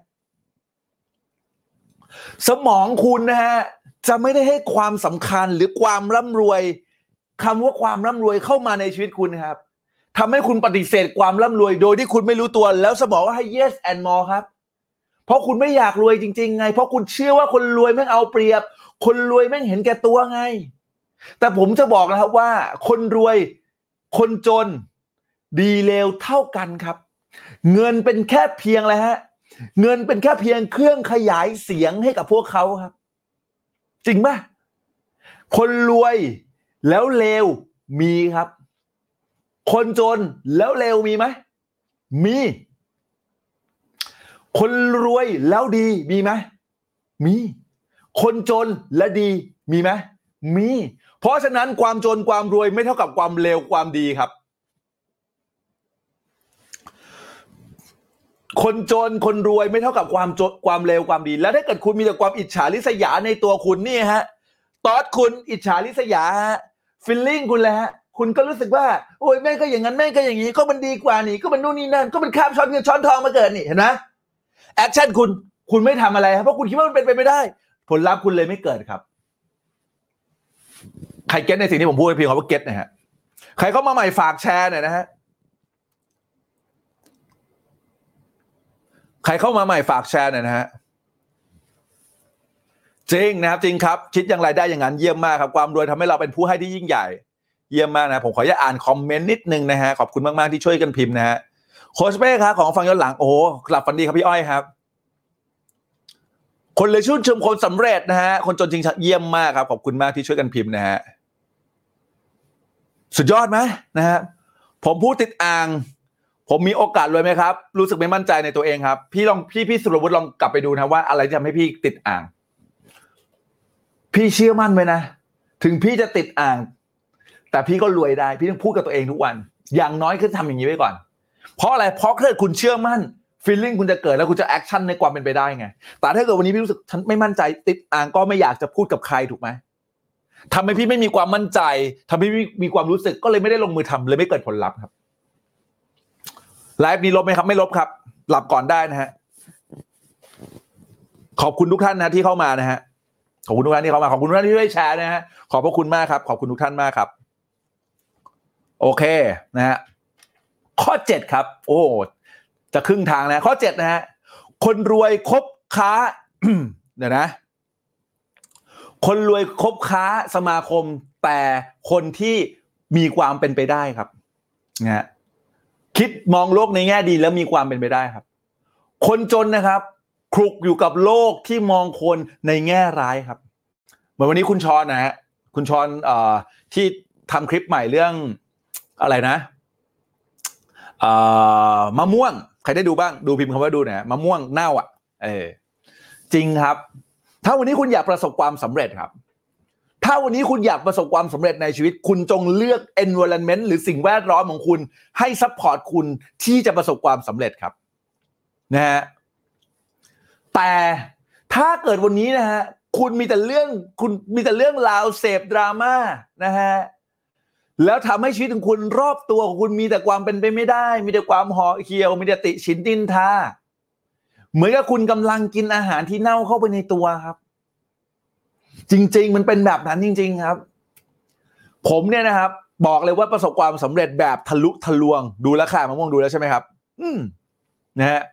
สมองคุณนะฮะจะไม่ได้ให้ความสำคัญหรือความร่ำรวยคำว่าความร่ำรวยเข้ามาในชีวิตคุณครับทำให้คุณปฏิเสธความร่ำรวยโดยที่คุณไม่รู้ตัวแล้วสมองก็ให้ yes and more ครับเพราะคุณไม่อยากรวยจริงๆไงเพราะคุณเชื่อว่าคนรวยแม่งเอาเปรียบคนรวยแม่งเห็นแก่ตัวไงแต่ผมจะบอกนะครับว่าคนรวยคนจนดีเลวเท่ากันครับเงินเป็นแค่เพียงอะไรฮะเงินเป็นแค่เพียงเครื่องขยายเสียงให้กับพวกเขาครับจริงป่ะคนรวยแล้วเลวมีครับคนจนแล้วเลวมีไหมมีคนรวยแล้วดีมีไหมมีคนจนและดีมีไหมมีเพราะฉะนั้นความจนความรวยไม่เท่ากับความเลวความดีครับคนจนคนรวยไม่เท่ากับความจนความเลวความดีแล้วถ้าเกิดคุณมีแต่ความอิจฉาริษยาในตัวคุณนี่ฮะตอดคุณอิจฉาริษยาฮะฟีลลิ่งคุณเลยฮะคุณก็รู้สึกว่าโอ้ยแม่งก็อย่างนั้นแม่งก็อย่างนี้ก็มันดีกว่านี่ก็มันนู่นนี่นั่นก็มันข้ามช้อนเงินช้อนทองมาเกิดนี่เห็นไหมแอคชั่นคุณไม่ทำอะไรครับเพราะคุณคิดว่ามันเป็นไปไม่ได้ผลลัพธ์คุณเลยไม่เกิดครับใครเก็ตในสิ่งที่ผมพูดเพียงคำว่าเก็ตนะฮะใครเข้ามาใหม่ฝากแชร์หน่อยนะฮะใครเข้ามาใหม่ฝากแชร์หน่อยนะฮะจริงนะครับจริงครับคิดอย่างไรได้อย่างนั้นเยี่ยมมากครับความรวยทำให้เราเป็นผู้ให้ที่ยิ่งใหญ่เยี่ยมมากนะผมขออนุญาตอ่านคอมเมนต์นิดนึงนะฮะขอบคุณมากๆที่ช่วยกันพิมพ์นะฮะโค้ชเป้ครับของฟังย้อนหลังโอ้หลับฝันดีครับพี่อ้อยครับคนเลยชื่นชมคนสำเร็จนะฮะคนจนจริงเยี่ยมมากครับขอบคุณมากที่ช่วยกันพิมพ์นะฮะสุดยอดไหมนะฮะผมพูดติดอ่างผมมีโอกาสรวยไหมครับรู้สึกไม่มั่นใจในตัวเองครับพี่สุรวุฒิลองกลับไปดูนะว่าอะไรที่ทำให้พี่ติดอ่างพี่เชื่อมั่นไว้นะถึงพี่จะติดอ่างแต่พี่ก็รวยได้พี่ต้องพูดกับตัวเองทุกวันอย่างน้อยคือทำอย่างนี้ไว้ก่อนเพราะอะไรเพราะถ้าคุณเชื่อมั่นฟีลลิ่งคุณจะเกิดแล้วคุณจะแอคชั่นในความเป็นไปได้ไงแต่ถ้าเกิดวันนี้พี่รู้สึกฉันไม่มั่นใจติดอ่างก็ไม่อยากจะพูดกับใครถูกไหมทำให้พี่ไม่มีความมั่นใจทำให้พี่มีความรู้สึกก็เลยไม่ได้ลงมือทำเลยไม่เกิดผลลัพธ์ครับไลฟ์นี้ลบไหมครับไม่ลบครับหลับก่อนได้นะฮะขอบคุณทุกท่านนะที่เข้ามานะฮะขอบคุณทุกท่านที่เข้ามาขอบคุณทุกท่านที่ช่วยแชร์นะฮะขอบพระคุณมากครับขอบคุณทุกท่านมากครับโอเคนะฮะข้อ7ครับโอ้จะครึ่งทางนะข้อ7นะฮะคนรวยคบค้า เดี๋ยวนะคนรวยคบค้าสมาคมแต่คนที่มีความเป็นไปได้ครับนะฮะคิดมองโลกในแง่ดีแล้วมีความเป็นไปได้ครับคนจนนะครับคลุกอยู่กับโลกที่มองคนในแง่ร้ายครับเหมือนวันนี้คุณชอนนะฮะคุณชอนที่ทำคลิปใหม่เรื่องอะไรนะมะม่วงใครได้ดูบ้างดูพิมพ์คำว่าดูนะมะม่วงเน่าอ่ะจริงครับถ้าวันนี้คุณอยากประสบความสำเร็จครับถ้าวันนี้คุณอยากประสบความสำเร็จในชีวิตคุณจงเลือก environment หรือสิ่งแวดล้อมของคุณให้ซัพพอร์ตคุณที่จะประสบความสำเร็จครับนะฮะแต่ถ้าเกิดวันนี้นะฮะคุณมีแต่เรื่องราวเสพดราม่านะฮะแล้วทำให้ชีวิตของคุณรอบตัวของคุณมีแต่ความเป็นไปไม่ได้มีแต่ความห่อเหี่ยวมีแต่ติฉินนินทาเหมือนกับคุณกำลังกินอาหารที่เน่าเข้าไปในตัวครับจริงๆมันเป็นแบบนั้นจริงๆครับผมเนี่ยนะครับบอกเลยว่าประสบความสำเร็จแบบทะลุทะลวงดูแล้วค่ะมะม่วงดูแล้วใช่ไหมครับนะฮะ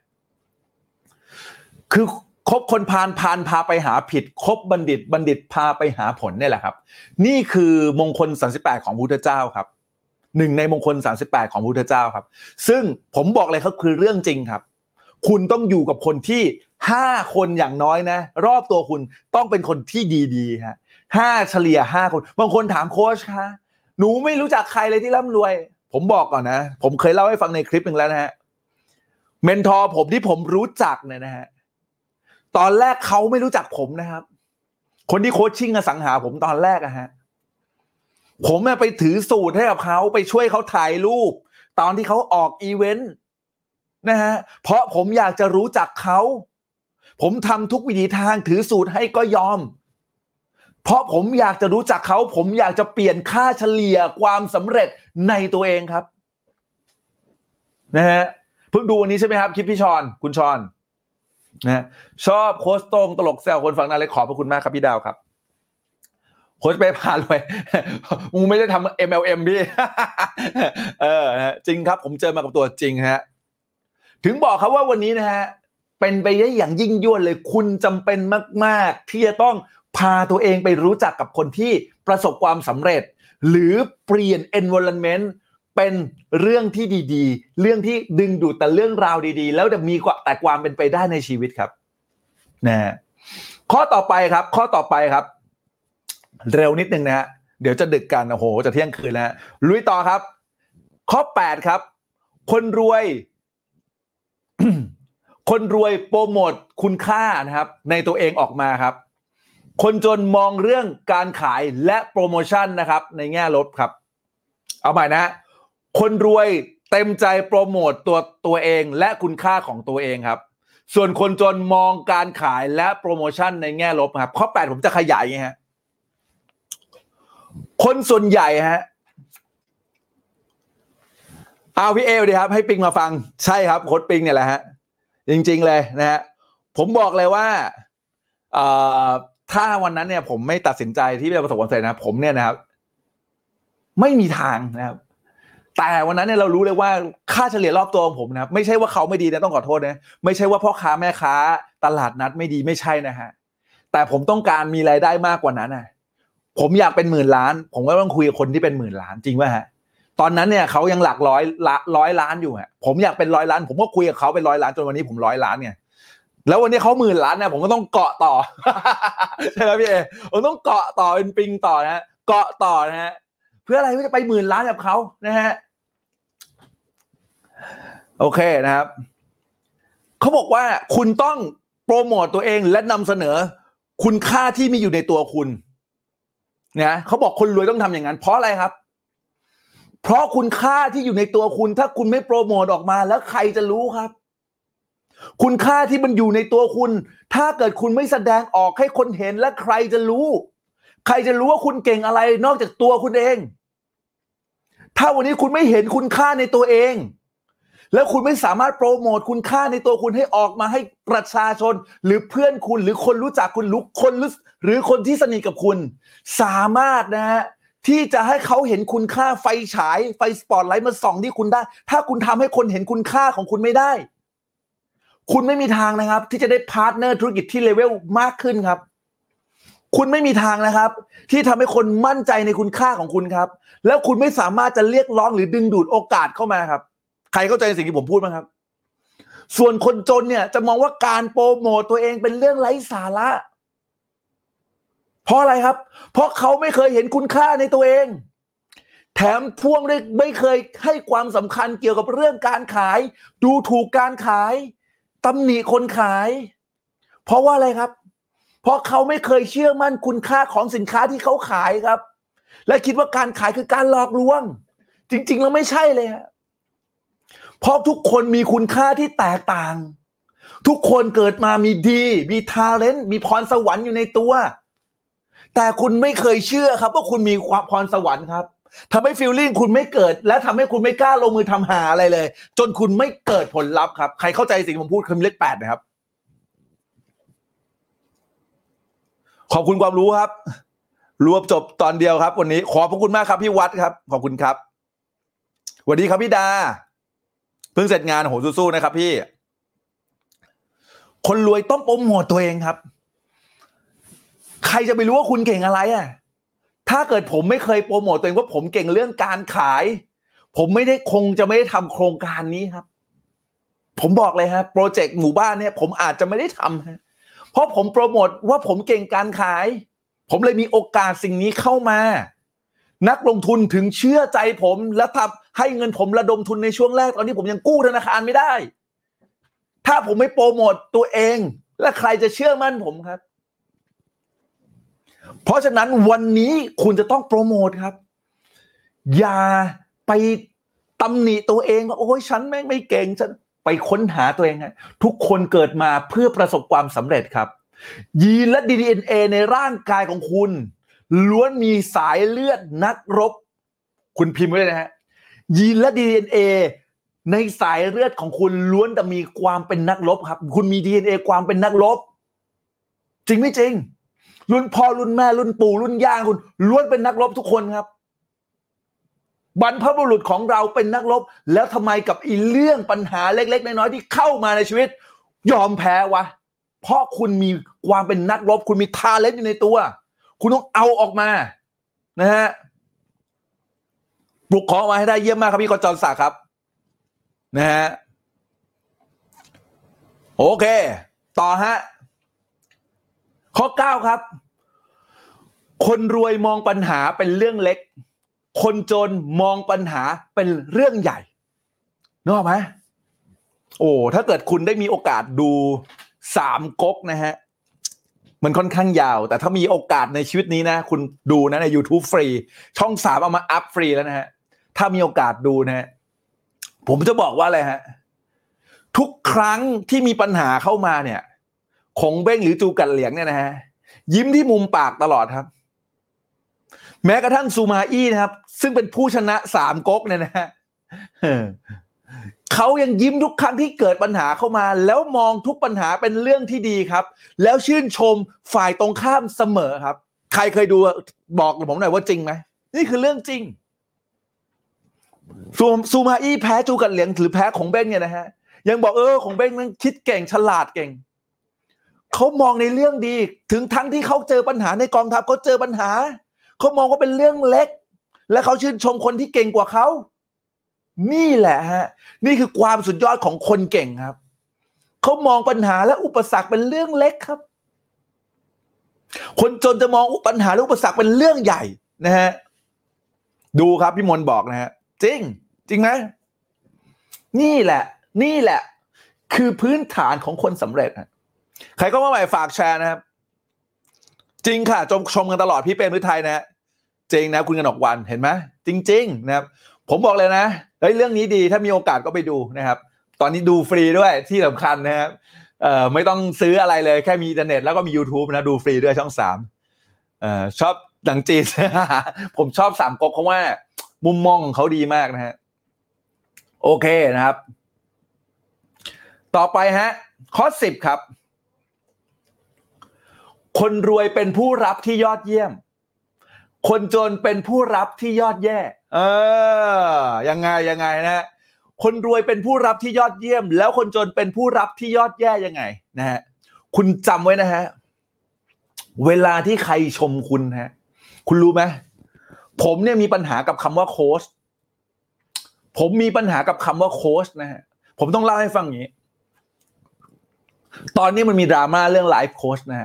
คือคบคนพาลพาไปหาผิดคบบัณฑิตพาไปหาผลเนี่ยแหละครับนี่คือมงคล38ของพระพุทธเจ้าครับหนึ่งในมงคล38ของพระพุทธเจ้าครับซึ่งผมบอกเลยเขาคือเรื่องจริงครับคุณต้องอยู่กับคนที่5คนอย่างน้อยนะรอบตัวคุณต้องเป็นคนที่ดีๆฮะ5เฉลี่ย5คนบางคนถามโค้ชคะหนูไม่รู้จักใครเลยที่ร่ำรวยผมบอกก่อนนะผมเคยเล่าให้ฟังในคลิปนึงแล้วนะฮะเมนทอร์ผมที่ผมรู้จักเนี่ยนะฮะตอนแรกเขาไม่รู้จักผมนะครับคนที่โค้ชชิ่งอสังหาผมตอนแรกอะฮะผมไปถือสูตรให้กับเขาไปช่วยเขาถ่ายรูปตอนที่เขาออกอีเวนต์นะฮะเพราะผมอยากจะรู้จักเขาผมทำทุกวิถีทางถือสูตรให้ก็ยอมเพราะผมอยากจะรู้จักเขาผมอยากจะเปลี่ยนค่าเฉลี่ยความสำเร็จในตัวเองครับนะฮะเพิ่งดูวันนี้ใช่ไหมครับคลิปพี่ชอนคุณชอนนะชอบโค้ชโต้งตลกแซวคนฟังน่าเลยขอบพระคุณมากครับพี่ดาวครับโค้ชไปผ่านเลยมึงไม่ได้ทำ MLM พี่ จริงครับผมเจอมากับตัวจริงฮะถึงบอกครับว่าวันนี้นะฮะเป็นไปได้อย่างยิ่งยวดเลยคุณจำเป็นมากๆที่จะต้องพาตัวเองไปรู้จักกับคนที่ประสบความสำเร็จหรือเปลี่ยน environment เป็นเรื่องที่ดีๆเรื่องที่ดึงดูดแต่เรื่องราวดีๆแล้วจะมีแต่ความเป็นไปได้ในชีวิตครับนะข้อต่อไปครับเร็วนิดนึงนะฮะเดี๋ยวจะดึกกันโอ้โหจะเที่ยงคืนแล้วลุยต่อครับข้อ8ครับคนรวย คนรวยโปรโมทคุณค่านะครับในตัวเองออกมาครับคนจนมองเรื่องการขายและโปรโมชั่นนะครับในแง่ลบครับเอาใหม่นะคนรวยเต็มใจโปรโมทตัวเองและคุณค่าของตัวเองครับส่วนคนจนมองการขายและโปรโมชั่นในแง่ลบครับข้อ8ผมจะขยายไงฮะคนส่วนใหญ่ฮะเอาพี่เอดีครับให้ปิงมาฟังใช่ครับโค้ชปิงเนี่ยแหละฮะจริงๆเลยนะฮะผมบอกเลยว่าถ้าวันนั้นเนี่ยผมไม่ตัดสินใจที่จะประสบความสำเร็จนะผมเนี่ยนะครับไม่มีทางนะครับแต่วันนั้นเนี่ยเรารู้เลยว่าค่าเฉลี่ยรอบตัวของผมนะครับไม่ใช่ว่าเขาไม่ดีนะต้องขอโทษนะไม่ใช่ว่าพ่อค้าแม่ค้าตลาดนัดไม่ดีไม่ใช่นะฮะแต่ผมต้องการมีรายได้มากกว่านั้นนะผมอยากเป็น10,000 ล้านผมก็ต้องคุยกับคนที่เป็น10,000 ล้านจริงป่ะฮะตอนนั้นเนี่ยเขายังหลักร้อยล้านอยู่ฮะผมอยากเป็น100 ล้านผมก็คุยกับเขาเป็น100 ล้านจนวันนี้ผม100 ล้านเนี่ยแล้ววันนี้เขา10,000 ล้านเนี่ยผมก็ต้องเกาะต่อ ใช่ไหมพี่เอผมต้องเกาะต่อเป็นปิงต่อนะฮะเกาะต่อนะฮะเพื่ออะไรเพื่อจะไป10,000 ล้านกับเขานะฮะโอเคนะครับเขาบอกว่าคุณต้องโปรโมตตัวเองและนำเสนอคุณค่าที่มีอยู่ในตัวคุณนะเขาบอกคนรวยต้องทำอย่างนั้นเพราะอะไรครับเพราะคุณค่าที่อยู่ในตัวคุณถ้าคุณไม่โปรโมทออกมาแล้วใครจะรู้ครับคุณค่าที่มันอยู่ในตัวคุณถ้าเกิดคุณไม่แสดงออกให้คนเห็นและใครจะรู้ว่าคุณเก่งอะไรนอกจากตัวคุณเองถ้าวันนี้คุณไม่เห็นคุณค่าในตัวเองแล้วคุณไม่สามารถโปรโมทคุณค่าในตัวคุณให้ออกมาให้ประชาชนหรือเพื่อนคุณหรือคนรู้จักคุณหรือคนที่สนิทกับคุณสามารถนะฮะที่จะให้เขาเห็นคุณค่าไฟฉายไฟสปอตไลท์มาส่องที่คุณได้ถ้าคุณทำให้คนเห็นคุณค่าของคุณไม่ได้คุณไม่มีทางนะครับที่จะได้พาร์ทเนอร์ธุรกิจที่เลเวลมากขึ้นครับคุณไม่มีทางนะครับที่ทำให้คนมั่นใจในคุณค่าของคุณครับแล้วคุณไม่สามารถจะเรียกร้องหรือดึงดูดโอกาสเข้ามาครับใครเข้าใจสิ่งที่ผมพูดมั้งครับส่วนคนจนเนี่ยจะมองว่าการโปรโมตตัวเองเป็นเรื่องไร้สาระเพราะอะไรครับเพราะเขาไม่เคยเห็นคุณค่าในตัวเองแถมพ่วงด้วยไม่เคยให้ความสำคัญเกี่ยวกับเรื่องการขายดูถูกการขายตำหนิคนขายเพราะว่าอะไรครับเพราะเขาไม่เคยเชื่อมั่นคุณค่าของสินค้าที่เขาขายครับและคิดว่าการขายคือการหลอกลวงจริงๆแล้วไม่ใช่เลยฮะเพราะทุกคนมีคุณค่าที่แตกต่างทุกคนเกิดมามีดีมีทาเลนต์มีพรสวรรค์อยู่ในตัวแต่คุณไม่เคยเชื่อครับว่าคุณมีความพรสวรรค์ครับทำให้ฟีลลิ่งคุณไม่เกิดและทำให้คุณไม่กล้าลงมือทำหาอะไรเลยจนคุณไม่เกิดผลลัพธ์ครับใครเข้าใจสิ่งที่ผมพูดคือเลข8นะครับขอบคุณความรู้ครับรวบจบตอนเดียวครับวันนี้ขอบพระคุณมากครับพี่วัดครับขอบคุณครับสวัสดีครับพี่ดาเพิ่งเสร็จงานโหสู้ๆนะครับพี่คนรวยต้องโปรโมทตัวเองครับใครจะไปรู้ว่าคุณเก่งอะไรอ่ะถ้าเกิดผมไม่เคยโปรโมทตัวเองว่าผมเก่งเรื่องการขายผมคงจะไม่ได้ทำโครงการนี้ครับผมบอกเลยฮะโปรเจกต์หมู่บ้านเนี่ยผมอาจจะไม่ได้ทำฮะเพราะผมโปรโมทว่าผมเก่งการขายผมเลยมีโอกาสสิ่งนี้เข้ามานักลงทุนถึงเชื่อใจผมและทำให้เงินผมระดมทุนในช่วงแรกตอนนี้ผมยังกู้ธนาคารไม่ได้ถ้าผมไม่โปรโมทตัวเองและใครจะเชื่อมั่นผมครับเพราะฉะนั้นวันนี้คุณจะต้องโปรโมทครับอย่าไปตำหนิตัวเองว่าโอ้ยฉันแม่งไม่เก่งฉันไปค้นหาตัวเองนะทุกคนเกิดมาเพื่อประสบความสำเร็จครับยีนและ DNA ในร่างกายของคุณล้วนมีสายเลือดนักรบคุณพิมพ์ไว้เลยนะฮะยีนและ DNA ในสายเลือดของคุณล้วนจะมีความเป็นนักรบครับคุณมี DNA ความเป็นนักรบจริงไม่จริงรุ่นพ่อรุ่นแม่รุ่นปู่รุ่นย่าคุณล้วนเป็นนักรบทุกคนครับบรรพบุรุษของเราเป็นนักรบแล้วทำไมกับอีเรื่องปัญหาเล็กๆน้อยๆที่เข้ามาในชีวิตยอมแพ้วะเพราะคุณมีความเป็นนักรบคุณมีทาเลนต์อยู่ในตัวคุณต้องเอาออกมานะฮะปลุกของมาให้ได้เยี่ยมมากครับพี่กจรศักดิ์ครับนะฮะโอเคต่อฮะข้อ9ครับคนรวยมองปัญหาเป็นเรื่องเล็กคนจนมองปัญหาเป็นเรื่องใหญ่นึกออกไหมโอ้ถ้าเกิดคุณได้มีโอกาสดู3ก๊กนะฮะมันค่อนข้างยาวแต่ถ้ามีโอกาสในชีวิตนี้นะคุณดูนะใน YouTube ฟรีช่อง3เอามาอัพฟรีแล้วนะฮะถ้ามีโอกาสดูนะฮะผมจะบอกว่าอะไรฮะทุกครั้งที่มีปัญหาเข้ามาเนี่ยคงเบ้งหรือจูกัดเหลียงเนี่ยนะฮะยิ้มที่มุมปากตลอดครับแม้กระทั่งซูมาอี้นะครับซึ่งเป็นผู้ชนะ3ก๊กเนี่ยนะฮะเขายังยิ้มทุกครั้งที่เกิดปัญหาเข้ามาแล้วมองทุกปัญหาเป็นเรื่องที่ดีครับแล้วชื่นชมฝ่ายตรงข้ามเสมอครับใครเคยดูบอกผมหน่อยว่าจริงไหมนี่คือเรื่องจริงซูมาอี้แพ้จูกัดเหลียงหรือแพ้ของเบ้งเนี่ยนะฮะยังบอกของเบ้งมันคิดเก่งฉลาดเก่งเขามองในเรื่องดีถึงทั้งที่เขาเจอปัญหาในกองทัพเขาเจอปัญหาเขามองว่าเป็นเรื่องเล็กและเขาชื่นชมคนที่เก่งกว่าเขานี่แหละฮะนี่คือความสุดยอดของคนเก่งครับเขามองปัญหาและอุปสรรคเป็นเรื่องเล็กครับคนจนจะมองปัญหาและอุปสรรคเป็นเรื่องใหญ่นะฮะดูครับพี่มนต์บอกนะฮะจริงไหมนี่แหละคือพื้นฐานของคนสำเร็จฮะใครก็มาใหม่ฝากแชร์นะครับจริงค่ะชมกันตลอดพี่เปรมฤทัยนะฮะจริงนะคุณกนกวรรณเห็นไหมจริงๆนะครับผมบอกเลยนะเรื่องนี้ดีถ้ามีโอกาสก็ไปดูนะครับตอนนี้ดูฟรีด้วยที่สำคัญนะครับไม่ต้องซื้ออะไรเลยแค่มีอินเทอร์เน็ตแล้วก็มี YouTube นะดูฟรีด้วยช่อง3ชอบหนังจีน ผมชอบ3ก๊กเพราะว่ามุมมองของเขาดีมากนะฮะโอเคนะครับต่อไปฮะข้อ10ครับคนรวยเป็นผู้รับที่ยอดเยี่ยมคนจนเป็นผู้รับที่ยอดแย่ยังไงนะคนรวยเป็นผู้รับที่ยอดเยี่ยมแล้วคนจนเป็นผู้รับที่ยอดแย่ยังไงนะฮะคุณจำไว้นะฮะเวลาที่ใครชมคุณฮะคุณรู้ไหมผมเนี่ยมีปัญหากับคำว่าโค้ชผมมีปัญหากับคำว่าโค้ชนะฮะผมต้องเล่าให้ฟังอย่างนี้ตอนนี้มันมีดราม่าเรื่องไลฟ์โค้ชนะฮะผ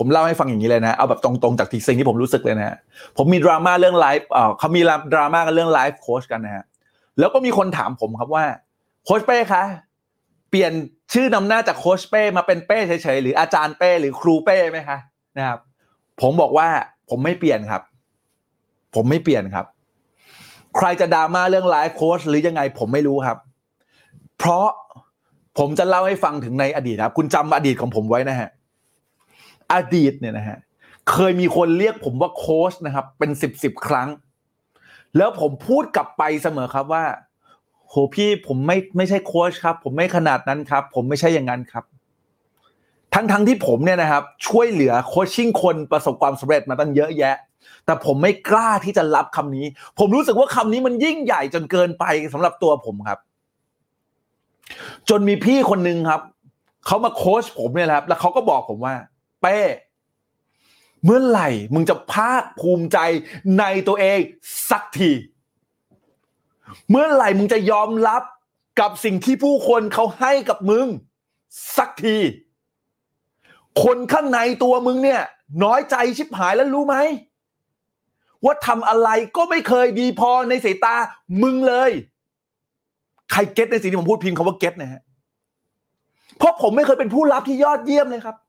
ผมเล่าให้ฟังอย่างนี้เลยนะเอาแบบตรงๆจากสิ่งที่ผมรู้สึกเลยนะผมมีดราม่าเรื่องไลฟ์เขามีดราม่ากันเรื่องไลฟ์โค้ชกันนะฮะแล้วก็มีคนถามผมครับว่าโค้ชเป้คะเปลี่ยนชื่อนำหน้าจากโค้ชเป้มาเป็นเป้เฉยๆหรืออาจารย์เป้หรือครูเป้ไหมคะนะครับผมบอกว่าผมไม่เปลี่ยนครับผมไม่เปลี่ยนครับใครจะดราม่าเรื่องไลฟ์โค้ชหรือยังไงผมไม่รู้ครับเพราะผมจะเล่าให้ฟังถึงในอดีตครับคุณจำอดีตของผมไว้นะฮะอดีตเนี่ยนะฮะเคยมีคนเรียกผมว่าโค้ชนะครับเป็น10ครั้งแล้วผมพูดกลับไปเสมอครับว่าโหพี่ผมไม่ใช่โค้ชครับผมไม่ขนาดนั้นครับผมไม่ใช่อย่างนั้นครับทั้งที่ผมเนี่ยนะครับช่วยเหลือโคชชิ่งคนประสบความสำเร็จมาตั้งเยอะแยะแต่ผมไม่กล้าที่จะรับคำนี้ผมรู้สึกว่าคำนี้มันยิ่งใหญ่จนเกินไปสำหรับตัวผมครับจนมีพี่คนนึงครับเขามาโค้ชผมเนี่ยแหละครับแล้วเขาก็บอกผมว่าเป้เมื่อไหร่มึงจะภาคภูมิใจในตัวเองสักทีเมื่อไหร่มึงจะยอมรับกับสิ่งที่ผู้คนเขาให้กับมึงสักทีคนข้างในตัวมึงเนี่ยน้อยใจชิบหายแล้วรู้ไหมว่าทำอะไรก็ไม่เคยดีพอในสายตามึงเลยใครเก็ตในสิ่งที่ผมพูดพิมพ์คำว่าเก็ตนะฮะเพราะผมไม่เคยเป็นผู้รับที่ยอดเยี่ยมเลยครับ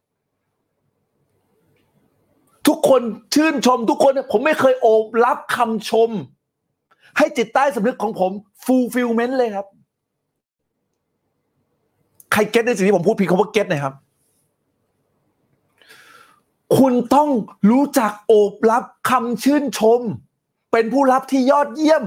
ทุกคนชื่นชมทุกคนผมไม่เคยโอบรับคำชมให้จิตใต้สำนึกของผม fulfillment เลยครับใครเก็ตในสิ่งที่ผมพูดพิมพ์คำว่าเก็ตนะครับคุณต้องรู้จักโอบรับคำชื่นชมเป็นผู้รับที่ยอดเยี่ยม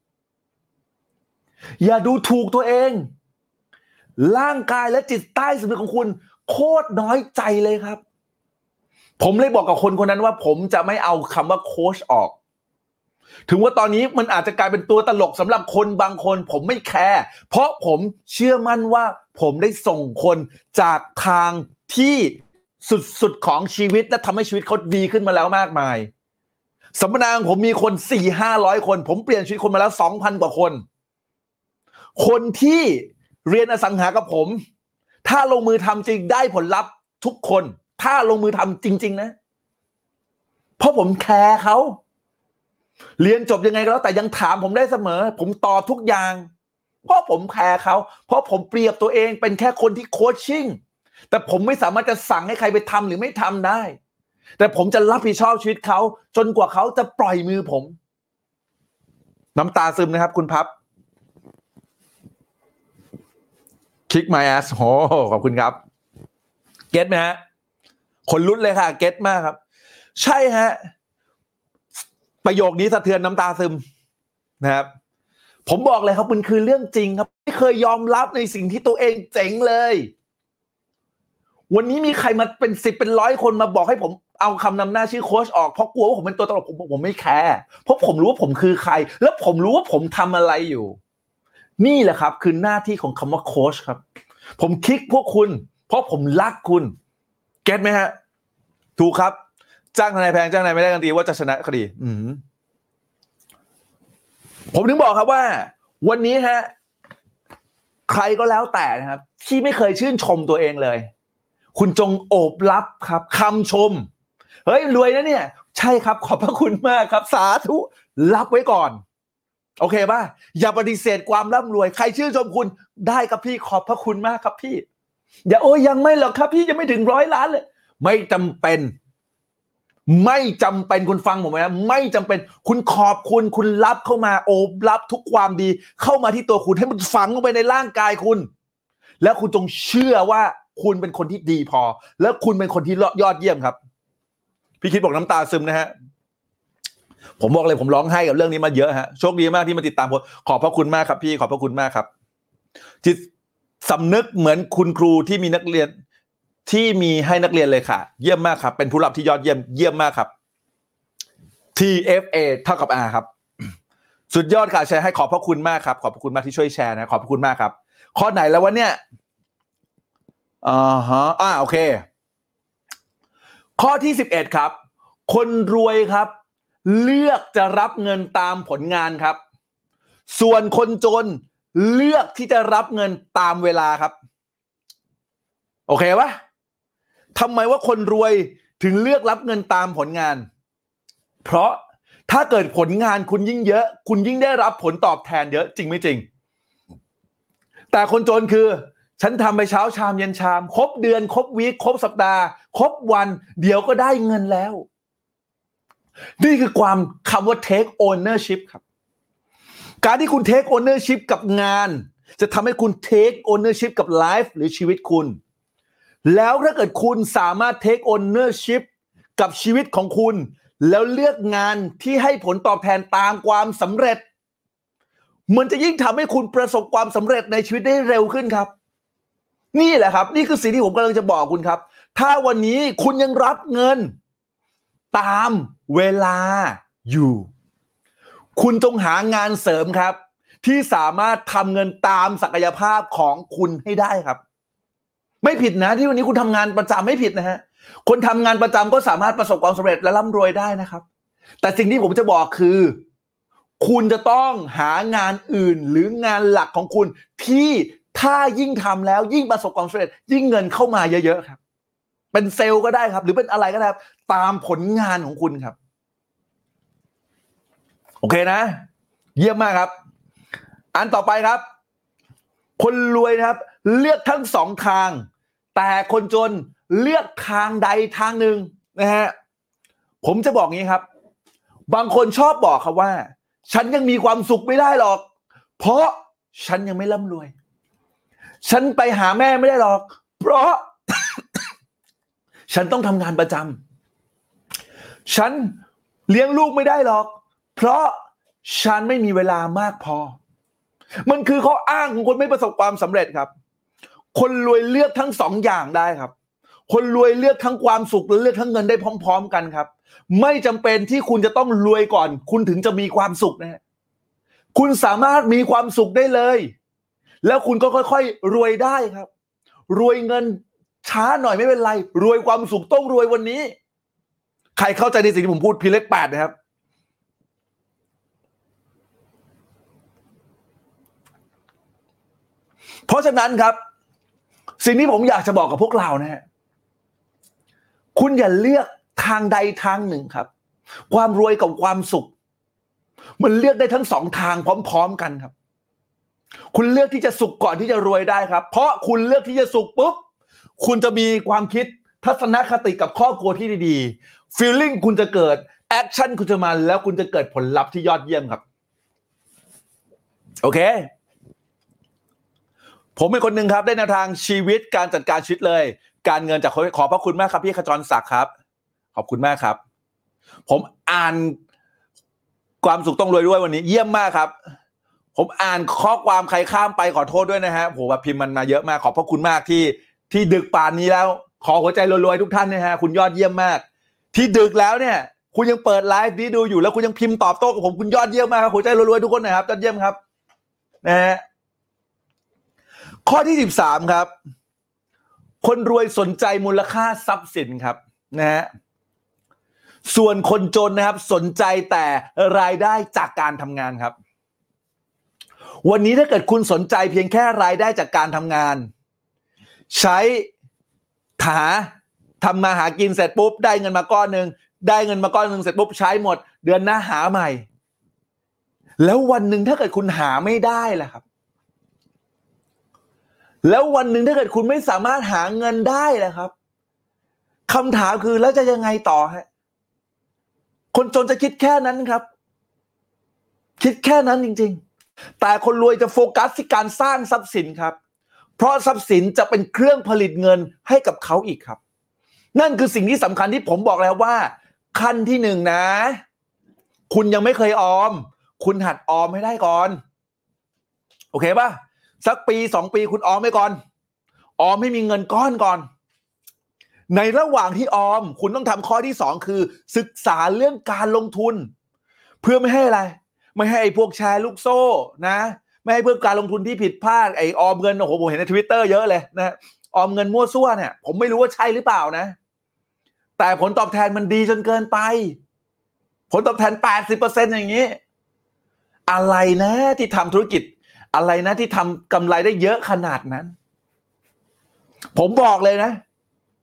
อย่าดูถูกตัวเองร่างกายและจิตใต้สำนึกของคุณโคตรน้อยใจเลยครับผมเลยบอกกับคนคนนั้นว่าผมจะไม่เอาคำว่าโค้ชออกถึงว่าตอนนี้มันอาจจะกลายเป็นตัวตลกสำหรับคนบางคนผมไม่แคร์เพราะผมเชื่อมั่นว่าผมได้ส่งคนจากทางที่สุดๆของชีวิตและทำให้ชีวิตเขาดีขึ้นมาแล้วมากมายสัมมนาของผมมีคน 4-500 คนผมเปลี่ยนชีวิตคนมาแล้ว 2,000 กว่าคนคนที่เรียนอสังหากับผมถ้าลงมือทำจริงได้ผลลัพธ์ทุกคนถ้าลงมือทำจริงๆนะเพราะผมแคร์เขาเรียนจบยังไงก็แล้วแต่ยังถามผมได้เสมอผมตอบทุกอย่างเพราะผมแคร์เขาเพราะผมเปรียบตัวเองเป็นแค่คนที่โคชชิ่งแต่ผมไม่สามารถจะสั่งให้ใครไปทำหรือไม่ทำได้แต่ผมจะรับผิดชอบชีวิตเขาจนกว่าเขาจะปล่อยมือผมน้ำตาซึมนะครับคุณพับคิก my ass โหขอบคุณครับเก็ตไหมฮะคนลุ้นเลยค่ะเก็ตมากครับใช่ฮะประโยคนี้สะเทือนน้ำตาซึมนะครับผมบอกเลยครับมันคือเรื่องจริงครับไม่เคยยอมรับในสิ่งที่ตัวเองเจ๋งเลยวันนี้มีใครมาเป็น10เป็น100คนมาบอกให้ผมเอาคำนำหน้าชื่อโค้ชออกเพราะกลัวว่าผมเป็นตัวตลกผมไม่แคร์เพราะผมรู้ว่าผมคือใครแล้วผมรู้ว่าผมทำอะไรอยู่นี่แหละครับคือหน้าที่ของคำว่าโค้ชครับผมคิกพวกคุณเพราะผมรักคุณเก็ตไหมฮะถูกครับจ้างทนายแพงจ้างทนายไม่ได้กันดีว่าจะชนะคดีผมถึงบอกครับว่าวันนี้ฮะใครก็แล้วแต่นะครับที่ไม่เคยชื่นชมตัวเองเลยคุณจงโอบรับครับคำชมเฮ้ยรวยนะเนี่ยใช่ครับขอบพระคุณมากครับสาธุรับไว้ก่อนโอเคป่ะอย่าปฏิเสธความร่ำรวยใครชื่นชมคุณได้ครับพี่ขอบพระคุณมากครับพี่อย่าโอ้ยยังไม่หรอกครับพี่ยังไม่ถึง100 ล้านเลยไม่จำเป็นคุณฟังผมไหมนะไม่จำเป็นคุณขอบคุณคุณรับเข้ามาโอบรับทุกความดีเข้ามาที่ตัวคุณให้มันฝังลงไปในร่างกายคุณแล้วคุณจงเชื่อว่าคุณเป็นคนที่ดีพอแล้วคุณเป็นคนที่ยอดเยี่ยมครับพี่คิดบอกน้ำตาซึมนะฮะผมบอกเลยผมร้องไห้กับเรื่องนี้มาเยอะฮะโชคดีมากที่มาติดตามผมขอบพระคุณมากครับพี่ขอบพระคุณมากครับจิตสำนึกเหมือนคุณครูที่มีนักเรียนที่มีให้นักเรียนเลยค่ะเยี่ยมมากครับเป็นผู้รับที่ยอดเยี่ยมมากครับ TFA เท่ากับ R ครับสุดยอดค่ะแชร์ให้ขอบพระคุณมากครับขอบพระคุณมากที่ช่วยแชร์นะขอบพระคุณมากครับข้อไหนแล้ววะเนี่ยโอเคข้อที่11ครับคนรวยครับเลือกจะรับเงินตามผลงานครับส่วนคนจนเลือกที่จะรับเงินตามเวลาครับโอเคปะทำไมว่าคนรวยถึงเลือกรับเงินตามผลงานเพราะถ้าเกิดผลงานคุณยิ่งเยอะคุณยิ่งได้รับผลตอบแทนเยอะจริงไม่จริงแต่คนจนคือฉันทำไปเช้าชามเย็นชามครบเดือนครบวีคครบสัปดาห์ครบวันเดี๋ยวก็ได้เงินแล้วนี่คือความคำว่า take ownership ครับการที่คุณ take ownership กับงานจะทำให้คุณ take ownership กับไลฟ์หรือชีวิตคุณแล้วถ้าเกิดคุณสามารถ take ownership กับชีวิตของคุณแล้วเลือกงานที่ให้ผลตอบแทนตามความสำเร็จมันจะยิ่งทำให้คุณประสบความสำเร็จในชีวิตได้เร็วขึ้นครับนี่แหละครับนี่คือสิ่งที่ผมกำลังจะบอกคุณครับถ้าวันนี้คุณยังรับเงินตามเวลาอยู่คุณจงหางานเสริมครับที่สามารถทำเงินตามศักยภาพของคุณให้ได้ครับไม่ผิดนะที่วันนี้คุณทำงานประจำไม่ผิดนะฮะคนทำงานประจำก็สามารถประสบความสำเร็จและร่ำรวยได้นะครับแต่สิ่งที่ผมจะบอกคือคุณจะต้องหางานอื่นหรืองานหลักของคุณที่ถ้ายิ่งทำแล้วยิ่งประสบความสำเร็จยิ่งเงินเข้ามาเยอะๆครับเป็นเซลล์ก็ได้ครับหรือเป็นอะไรก็ได้ครับตามผลงานของคุณครับโอเคนะเยี่ยมมากครับอันต่อไปครับคนรวยนะครับเลือกทั้งสองทางแต่คนจนเลือกทางใดทางหนึ่งนะฮะผมจะบอกงี้ครับบางคนชอบบอกครับว่าฉันยังมีความสุขไม่ได้หรอกเพราะฉันยังไม่ร่ำรวยฉันไปหาแม่ไม่ได้หรอกเพราะ ฉันต้องทำงานประจำฉันเลี้ยงลูกไม่ได้หรอกเพราะฉันไม่มีเวลามากพอมันคือข้ออ้างของคนไม่ประสบความสำเร็จครับคนรวยเลือกทั้งสองอย่างได้ครับคนรวยเลือกทั้งความสุขและเลือกทั้งเงินได้พร้อมๆกันครับไม่จำเป็นที่คุณจะต้องรวยก่อนคุณถึงจะมีความสุขนะฮะคุณสามารถมีความสุขได้เลยแล้วคุณก็ค่อยๆรวยได้ครับรวยเงินช้าหน่อยไม่เป็นไรรวยความสุขต้องรวยวันนี้ใครเข้าใจในสิ่งที่ผมพูดพีเลข8นะครับเพราะฉะนั้นครับสิ่งที่ผมอยากจะบอกกับพวกเรานะฮะคุณอย่าเลือกทางใดทางหนึ่งครับความรวยกับความสุขมันเลือกได้ทั้งสองทางพร้อมๆกันครับคุณเลือกที่จะสุขก่อนที่จะรวยได้ครับเพราะคุณเลือกที่จะสุขปุ๊บคุณจะมีความคิดทัศนคติกับครอบครัวที่ดีๆ feeling คุณจะเกิดแอคชั่นคุณจะมาแล้วคุณจะเกิดผลลัพธ์ที่ยอดเยี่ยมครับโอเคผมเป็นคนหนึ่งครับได้แนวทางชีวิตการจัดการชีวิตเลยการเงินจากขอบพระคุณมากครับพี่ขจรศักดิ์ครับขอบคุณมากครับผมอ่านความสุขต้องรวยด้วยวันนี้เยี่ยมมากครับผมอ่านข้อความใครข้ามไปขอโทษด้วยนะฮะผมแบบพิมพ์มันมาเยอะมากขอบพระคุณมากที่ดึกป่านนี้แล้วขอหัวใจรวยๆทุกท่านนะฮะคุณยอดเยี่ยมมากที่ดึกแล้วเนี่ยคุณยังเปิดไลฟ์นี้ดูอยู่แล้วคุณยังพิมพ์ตอบโต้กับผมคุณยอดเยี่ยมมากครับหัวใจรวยๆทุกคนนะครับยอดเยี่ยมครับนะฮะข้อที่13ครับคนรวยสนใจมูลค่าทรัพย์สินครับนะฮะส่วนคนจนนะครับสนใจแต่รายได้จากการทำงานครับวันนี้ถ้าเกิดคุณสนใจเพียงแค่รายได้จากการทำงานใช้ทำมาหากินเสร็จปุ๊บได้เงินมาก้อนนึงเสร็จปุ๊บใช้หมดเดือนหน้าหาใหม่แล้ววันหนึ่งถ้าเกิดคุณหาไม่ได้ล่ะครับแล้ววันหนึ่งถ้าเกิดคุณไม่สามารถหาเงินได้ล่ะครับคำถามคือแล้วจะยังไงต่อฮะคนจนจะคิดแค่นั้นครับคิดแค่นั้นจริงๆแต่คนรวยจะโฟกัสที่การสร้างทรัพย์สินครับเพราะทรัพย์สินจะเป็นเครื่องผลิตเงินให้กับเขาอีกครับนั่นคือสิ่งที่สำคัญที่ผมบอกแล้วว่าขั้นที่1นะคุณยังไม่เคยออมคุณหัดออมให้ได้ก่อนโอเคป่ะสักปี2ปีคุณออมไว้ก่อนออมให้มีเงินก้อนก่อนในระหว่างที่ออมคุณต้องทำข้อที่2คือศึกษาเรื่องการลงทุนเพื่อไม่ให้อะไรไม่ให้ไอ้พวกแชร์ลูกโซ่นะไม่ให้เพื่อการลงทุนที่ผิดพลาดไอ้ออมเงินโอ้โหผมเห็นใน Twitter เยอะเลยนะออมเงินมั่วซั่วเนี่ยผมไม่รู้ว่าใช่หรือเปล่านะแต่ผลตอบแทนมันดีจนเกินไปผลตอบแทน 80% อย่างนี้อะไรนะที่ทำธุรกิจอะไรนะที่ทำกำไรได้เยอะขนาดนั้นผมบอกเลยนะ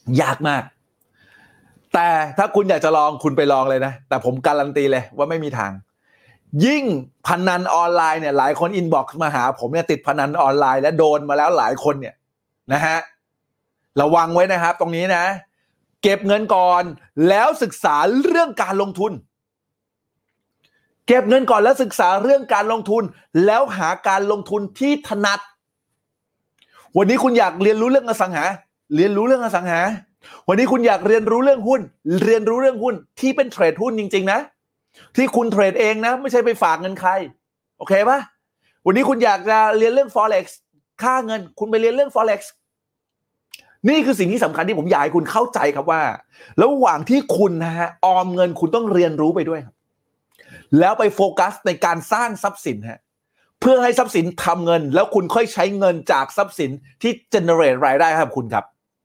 ยากมากแต่ถ้าคุณอยากจะลองคุณไปลองเลยนะแต่ผมการันตีเลยว่าไม่มีทางยิ่งพนันออนไลน์เนี่ยหลายคนอินบ็อกซ์มาหาผมเนี่ยติดพนันออนไลน์และโดนมาแล้วหลายคนเนี่ยนะฮะระวังไว้นะครับตรงนี้นะเก็บเงินก่อนแล้วศึกษาเรื่องการลงทุนเก็บเงินก่อนแล้วศึกษาเรื่องการลงทุนแล้วหาการลงทุนที่ถนัดวันนี้คุณอยากเรียนรู้เรื่องอสังหาเรียนรู้เรื่องอสังหาวันนี้คุณอยากเรียนรู้เรื่องหุ้นเรียนรู้เรื่องหุ้นที่เป็นเทรดหุ้นจริงๆนะที่คุณเทรดเองนะไม่ใช่ไปฝากเงินใครโอเคปะวันนี้คุณอยากจะเรียนเรื่อง Forex ค่าเงินคุณไปเรียนเรื่อง Forex นี่คือสิ่งที่สำคัญที่ผมอยากให้คุณเข้าใจครับว่าระหว่างที่คุณนะฮะออมเงินคุณต้องเรียนรู้ไปด้วยครับแล้วไปโฟกัสในการสร้างทรัพย์สินฮะเพื่อให้ทรัพย์สินทำเงินแล้วคุณค่อยใช้เงินจากทรัพย์สินที่ generate รายได้ครับคุณครับ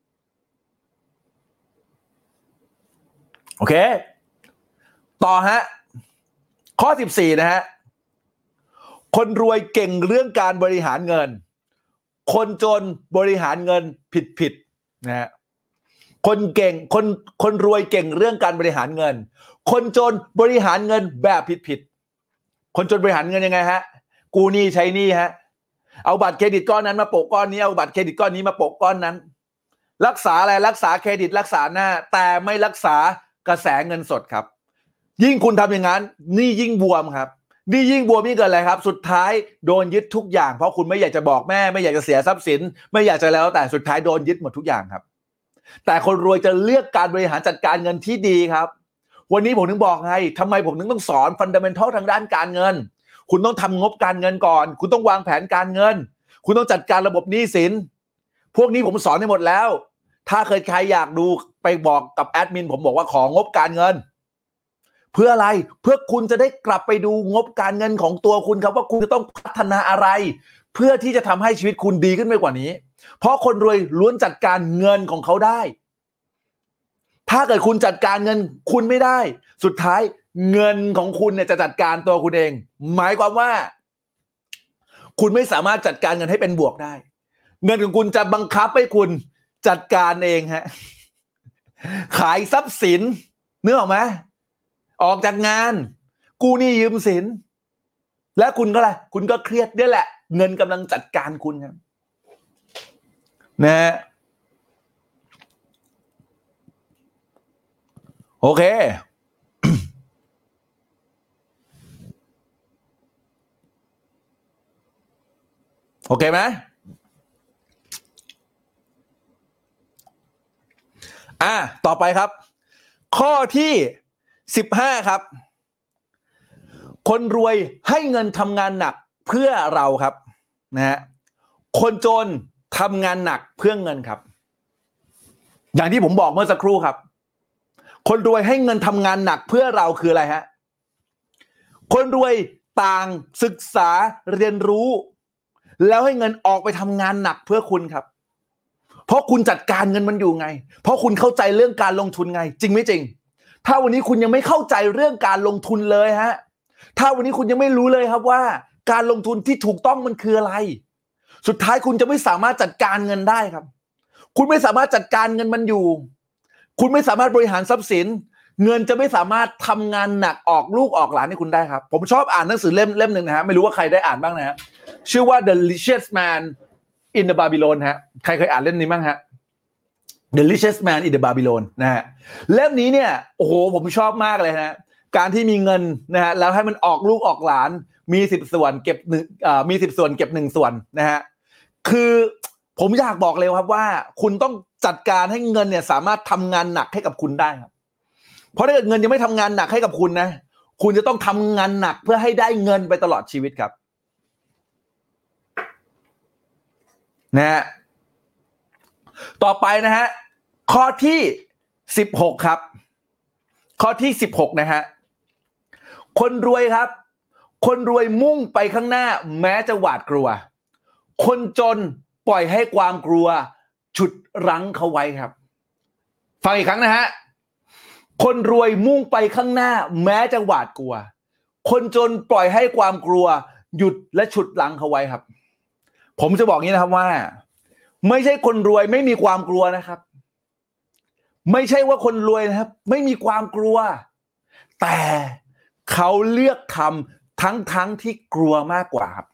โอเคต่อฮะข้อ14นะฮะคนรวยเก่งเรื่องการบริหารเงินคนจนบริหารเงินผิดนะฮะคนรวยเก่งเรื่องการบริหารเงินคนจนบริหารเงินแบบผิดคนจนบริหารเงินยังไงฮะกู้หนี้ใช้หนี้ฮะเอาบัตรเครดิตก้อนนั้นมาโปะก้อนนี้เอาบัตรเครดิตก้อนนี้มาโปะก้อนนั้นรักษาอะไรรักษาเครดิตรักษาหน้าแต่ไม่รักษากระแสเงินสดครับยิ่งคุณทำอย่างนั้นหนี้ยิ่งบวมครับหนี้ยิ่งบวมยิ่งเกิดอะไรครับสุดท้ายโดนยึดทุกอย่างเพราะคุณไม่อยากจะบอกแม่ไม่อยากจะเสียทรัพย์สินไม่อยากจะแล้วแต่สุดท้ายโดนยึดหมดทุกอย่างครับแต่คนรวยจะเลือกการบริหารจัดการเงินที่ดีครับวันนี้ผมถึงบอกไงทำไมผมถึงต้องสอนฟันดัมเมนทัลทางด้านการเงินคุณต้องทำงบการเงินก่อนคุณต้องวางแผนการเงินคุณต้องจัดการระบบหนี้สินพวกนี้ผมสอนให้หมดแล้วถ้าเคยใครอยากดูไปบอกกับแอดมินผมบอกว่าของงบการเงินเพื่ออะไรเพื่อคุณจะได้กลับไปดูงบการเงินของตัวคุณครับว่าคุณจะต้องพัฒนาอะไรเพื่อที่จะทำให้ชีวิตคุณดีขึ้นไปกว่านี้เพราะคนรวยล้วนจัดการเงินของเขาได้ถ้าเกิดคุณจัดการเงินคุณไม่ได้สุดท้ายเงินของคุณเนี่ยจะจัดการตัวคุณเองหมายความว่าคุณไม่สามารถจัดการเงินให้เป็นบวกได้เงินของคุณจะบังคับให้คุณจัดการเองฮะขายทรัพย์สินนึกออกไหมออกจากงานกู้หนี้ยืมสินและคุณก็อะไรคุณก็เครียดนี่แหละเงินกำลังจัดการคุณครับนะฮะโอเคโอเคไหมต่อไปครับข้อที่15ครับคนรวยให้เงินทำงานหนักเพื่อเราครับนะฮะคนจนทำงานหนักเพื่อเงินครับอย่างที่ผมบอกเมื่อสักครู่ครับคนรวยให้เงินทำงานหนักเพื่อเราคืออะไรฮะคนรวยต่างศึกษาเรียนรู้แล้วให้เงินออกไปทำงานหนักเพื่อคุณครับเพราะคุณจัดการเงินมันอยู่ไงเพราะคุณเข้าใจเรื่องการลงทุนไงจริงไม่จริงถ้าวันนี้คุณยังไม่เข้าใจเรื่องการลงทุนเลยฮะถ้าวันนี้คุณยังไม่รู้เลยครับว่าการลงทุนที่ถูกต้องมันคืออะไรสุดท้ายคุณจะไม่สามารถจัดการเงินได้ครับคุณไม่สามารถจัดการเงินมันอยู่คุณไม่สามารถบริหารทรัพย์สินเงินจะไม่สามารถทำงานหนักออกลูกออกหลานให้คุณได้ครับผมชอบอ่านหนังสือเล่มหนึ่งนะฮะไม่รู้ว่าใครได้อ่านบ้างนะฮะชื่อว่า The Richest Man in the Babylon ฮะใครเคยอ่านเล่มนี้บ้างฮะ The Richest Man in the Babylon นะฮะเล่มนี้เนี่ยโอ้โหผมชอบมากเลยนะการที่มีเงินนะฮะแล้วให้มันออกลูกออกหลานมี10ส่วนเก็บมี10ส่วนเก็บ1ส่วนนะฮะคือผมอยากบอกเลยครับว่าคุณต้องจัดการให้เงินเนี่ยสามารถทำงานหนักให้กับคุณได้ครับเพราะถ้าเกิดเงินยังไม่ทำงานหนักให้กับคุณนะคุณจะต้องทำงานหนักเพื่อให้ได้เงินไปตลอดชีวิตครับนะฮะต่อไปนะฮะข้อที่16ครับข้อที่16นะฮะคนรวยครับคนรวยมุ่งไปข้างหน้าแม้จะหวาดกลัวคนจนปล่อยให้ความกลัวฉุดรั้งเขาไว้ครับฟังอีกครั้งนะฮะคนรวยมุ่งไปข้างหน้าแม้จะหวาดกลัวคนจนปล่อยให้ความกลัวหยุดและฉุดรั้งเขาไว้ครับผมจะบอกงี้นะครับว่าไม่ใช่คนรวยไม่มีความกลัวนะครับไม่ใช่ว่าคนรวยนะครับไม่มีความกลัวแต่เขาเลือกทำทั้งที่กลัวมากกว่าครับ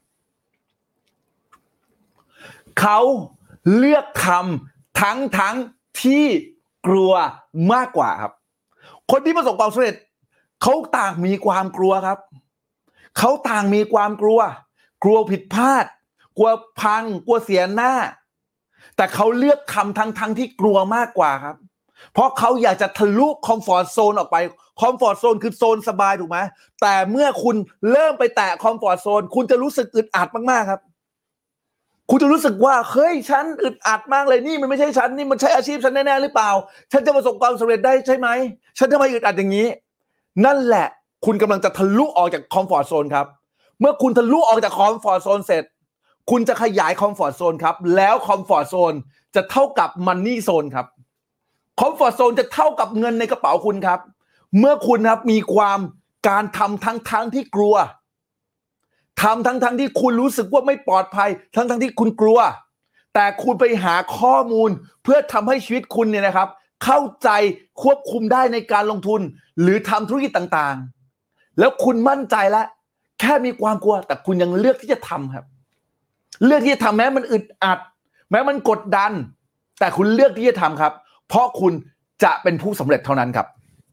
เขาเลือกทำทั้งที่กลัวมากกว่าครับคนที่ประสบความสำเร็จเขาต่างมีความกลัวครับเขาต่างมีความกลัวผิดพลาดกลัวพังกลัวเสียหน้าแต่เขาเลือกทำทั้งที่กลัวมากกว่าครับเพราะเขาอยากจะทะลุคอมฟอร์ตโซนออกไปคอมฟอร์ตโซนคือโซนสบายถูกไหมแต่เมื่อคุณเริ่มไปแตะคอมฟอร์ตโซนคุณจะรู้สึกอึดอัดมากๆครับคุณจะรู้สึกว่าเฮ้ยฉันอึดอัดมากเลยนี่มันไม่ใช่ฉันนี่มันใช่อาชีพฉันแน่ๆหรือเปล่าฉันจะประสบความสำเร็จได้ใช่ไหมฉันทำไมอึดอัดอย่างนี้นั่นแหละคุณกำลังจะทะลุออกจากคอมฟอร์ตโซนครับเมื่อคุณทะลุออกจากคอมฟอร์ตโซนเสร็จคุณจะขยายคอมฟอร์ตโซนครับแล้วคอมฟอร์ตโซนจะเท่ากับมันนี่โซนครับคอมฟอร์ตโซนจะเท่ากับเงินในกระเป๋าคุณครับเมื่อคุณครับมีความการทำทั้งที่กลัวทำทั้งที่คุณรู้สึกว่าไม่ปลอดภัยทั้งที่คุณกลัวแต่คุณไปหาข้อมูลเพื่อทำให้ชีวิตคุณเนี่ยนะครับเข้าใจควบคุมได้ในการลงทุนหรือทำธุรกิจต่างๆแล้วคุณมั่นใจแล้วแค่มีความกลัวแต่คุณยังเลือกที่จะทำครับเลือกที่จะทำแม้มันอึดอัดแม้มันกดดันแต่คุณเลือกที่จะทำครับเพราะคุณจะเป็นผู้สำเร็จเท่านั้นครับ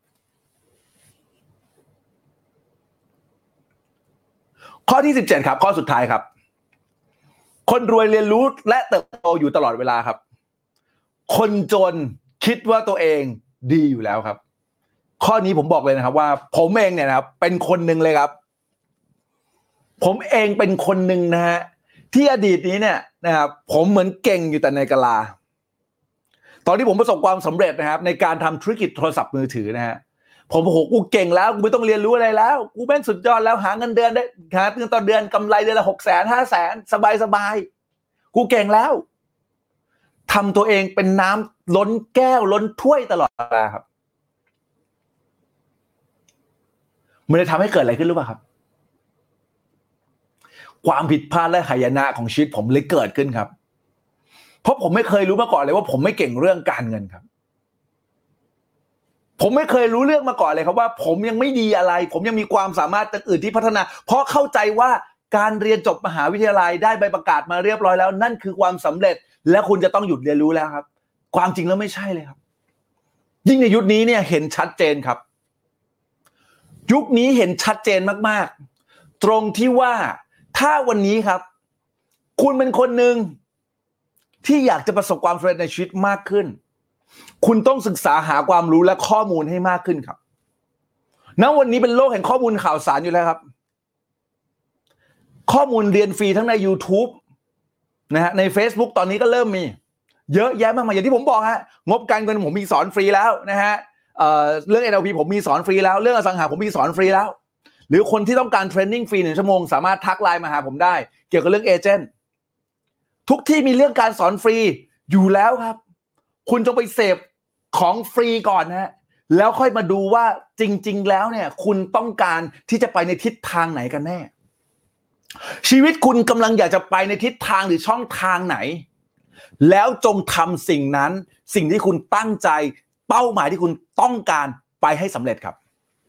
ข้อที่17ครับข้อสุดท้ายครับคนรวยเรียนรู้และเติบโตอยู่ตลอดเวลาครับคนจนคิดว่าตัวเองดีอยู่แล้วครับข้อนี้ผมบอกเลยนะครับว่าผมเองเนี่ยนะครับเป็นคนหนึ่งเลยครับผมเองเป็นคนหนึ่งนะฮะที่อดีตนี้เนี่ยนะครับผมเหมือนเก่งอยู่แต่ในกะลาตอนที่ผมประสบความสำเร็จนะครับในการทำธุรกิจโทรศัพท์มือถือนะฮะผมโอ้โหกูเก่งแล้วกูไม่ต้องเรียนรู้อะไรแล้วกูแม่งสุดยอดแล้วหาเงินเดือนได้หาเงินต่อเดือนกำไรเดือนละ600,000 500,000สบายกูเก่งแล้วทำตัวเองเป็นน้ำล้นแก้วล้นถ้วยตลอดเวลาครับมันจะทำให้เกิดอะไรขึ้นรู้ป่ะครับความผิดพลาดและหายนะของชีวิตผมเลยเกิดขึ้นครับเพราะผมไม่เคยรู้มาก่อนเลยว่าผมไม่เก่งเรื่องการเงินครับผมไม่เคยรู้เรื่องมาก่อนเลยครับว่าผมยังไม่ดีอะไรผมยังมีความสามารถอื่นที่พัฒนาเพราะเข้าใจว่าการเรียนจบมหาวิทยาลัยได้ใบประกาศมาเรียบร้อยแล้วนั่นคือความสำเร็จและคุณจะต้องหยุดเรียนรู้แล้วครับความจริงแล้วไม่ใช่เลยครับยิ่งในยุคนี้เนี่ยเห็นชัดเจนครับยุคนี้เห็นชัดเจนมากๆตรงที่ว่าถ้าวันนี้ครับคุณเป็นคนหนึ่งที่อยากจะประสบความสำเร็จในชีวิตมากขึ้นคุณต้องศึกษาหาความรู้และข้อมูลให้มากขึ้นครับณวันนี้เป็นโลกแห่งข้อมูลข่าวสารอยู่แล้วครับข้อมูลเรียนฟรีทั้งใน YouTube นะฮะใน Facebook ตอนนี้ก็เริ่มมีเยอะแยะมากมายอย่างที่ผมบอกฮะงบการเงินผมมีสอนฟรีแล้วนะฮะเรื่อง NLP ผมมีสอนฟรีแล้วเรื่องอสังหาผมมีสอนฟรีแล้วหรือคนที่ต้องการเทรนนิ่งฟรี1 ชั่วโมงสามารถทักไลน์มาหาผมได้เกี่ยวกับเรื่องเอเจนต์ทุกที่มีเรื่องการสอนฟรีอยู่แล้วครับคุณจงไปเสพของฟรีก่อนนะฮะแล้วค่อยมาดูว่าจริงๆแล้วเนี่ยคุณต้องการที่จะไปในทิศทางไหนกันแน่ชีวิตคุณกำลังอยากจะไปในทิศทางหรือช่องทางไหนแล้วจงทำสิ่งนั้นสิ่งที่คุณตั้งใจเป้าหมายที่คุณต้องการไปให้สำเร็จครับ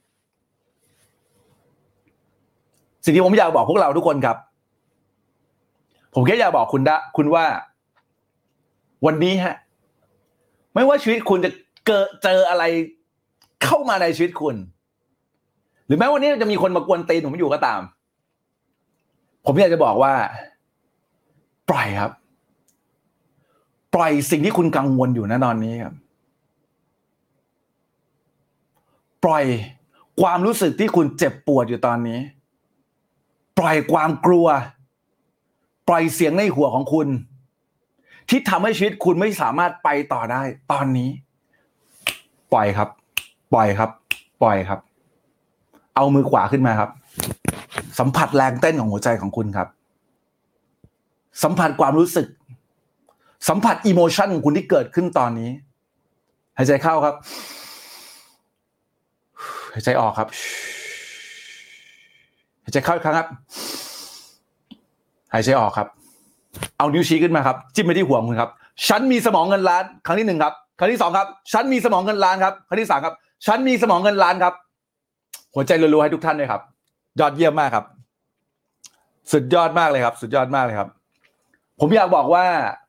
สิ่งที่ผมอยากบอกพวกเราทุกคนครับผมแค่อยากบอกคุณว่าวันนี้ฮะไม่ว่าชีวิตคุณจะเจออะไรเข้ามาในชีวิตคุณหรือแม้วันนี้จะมีคนมากวนตีนผมอยู่ก็ตามผมอยากจะบอกว่าปล่อยครับปล่อยสิ่งที่คุณกังวลอยู่ณตอนนี้ครับปล่อยความรู้สึกที่คุณเจ็บปวดอยู่ตอนนี้ปล่อยความกลัวปล่อยเสียงในหัวของคุณที่ทำให้ชีวิตคุณไม่สามารถไปต่อได้ตอนนี้ปล่อยครับปล่อยครับปล่อยครับเอามือขวาขึ้นมาครับสัมผัสแรงเต้นของหัวใจของคุณครับสัมผัสความรู้สึกสัมผัสอิโมชันของคุณที่เกิดขึ้นตอนนี้หายใจเข้าครับหายใจออกครับหายใจเข้าอีกครั้งครับหายใจออกครับเอานิ้วชี้ขึ้นมาครับจิ้มไปที่หัวคุณครับฉันมีสมองเงินล้านครั้งที่1ครับครั้งที่2ครับฉันมีสมองเงินล้านครับครั้งที่3ครับฉันมีสมองเงินล้านครับหัวใจรัวๆให้ทุกท่านด้วยครับยอดเยี่ยมมากครับสุดยอดมากเลยครับสุดยอดมากเลยครับผมอยากบอกว่า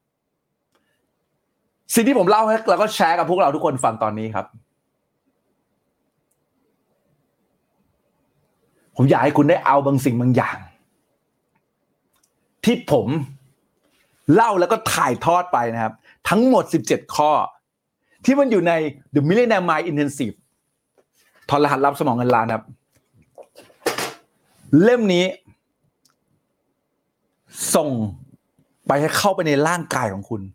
สิ่งที่ผมเล่าให้แล้วก็แชร์กับพวกเราทุกคนฟังตอนนี้ครับผมอยากให้คุณได้เอาบางสิ่งบางอย่างที่ผมเล่าแล้วก็ถ่ายทอดไปนะครับทั้งหมด17ข้อที่มันอยู่ใน The Millionaire Mind Intensive ถอดรหัสลับสมองเงินล้านครับเล่มนี้ส่งไปให้เข้าไปในร่างกายของคุณ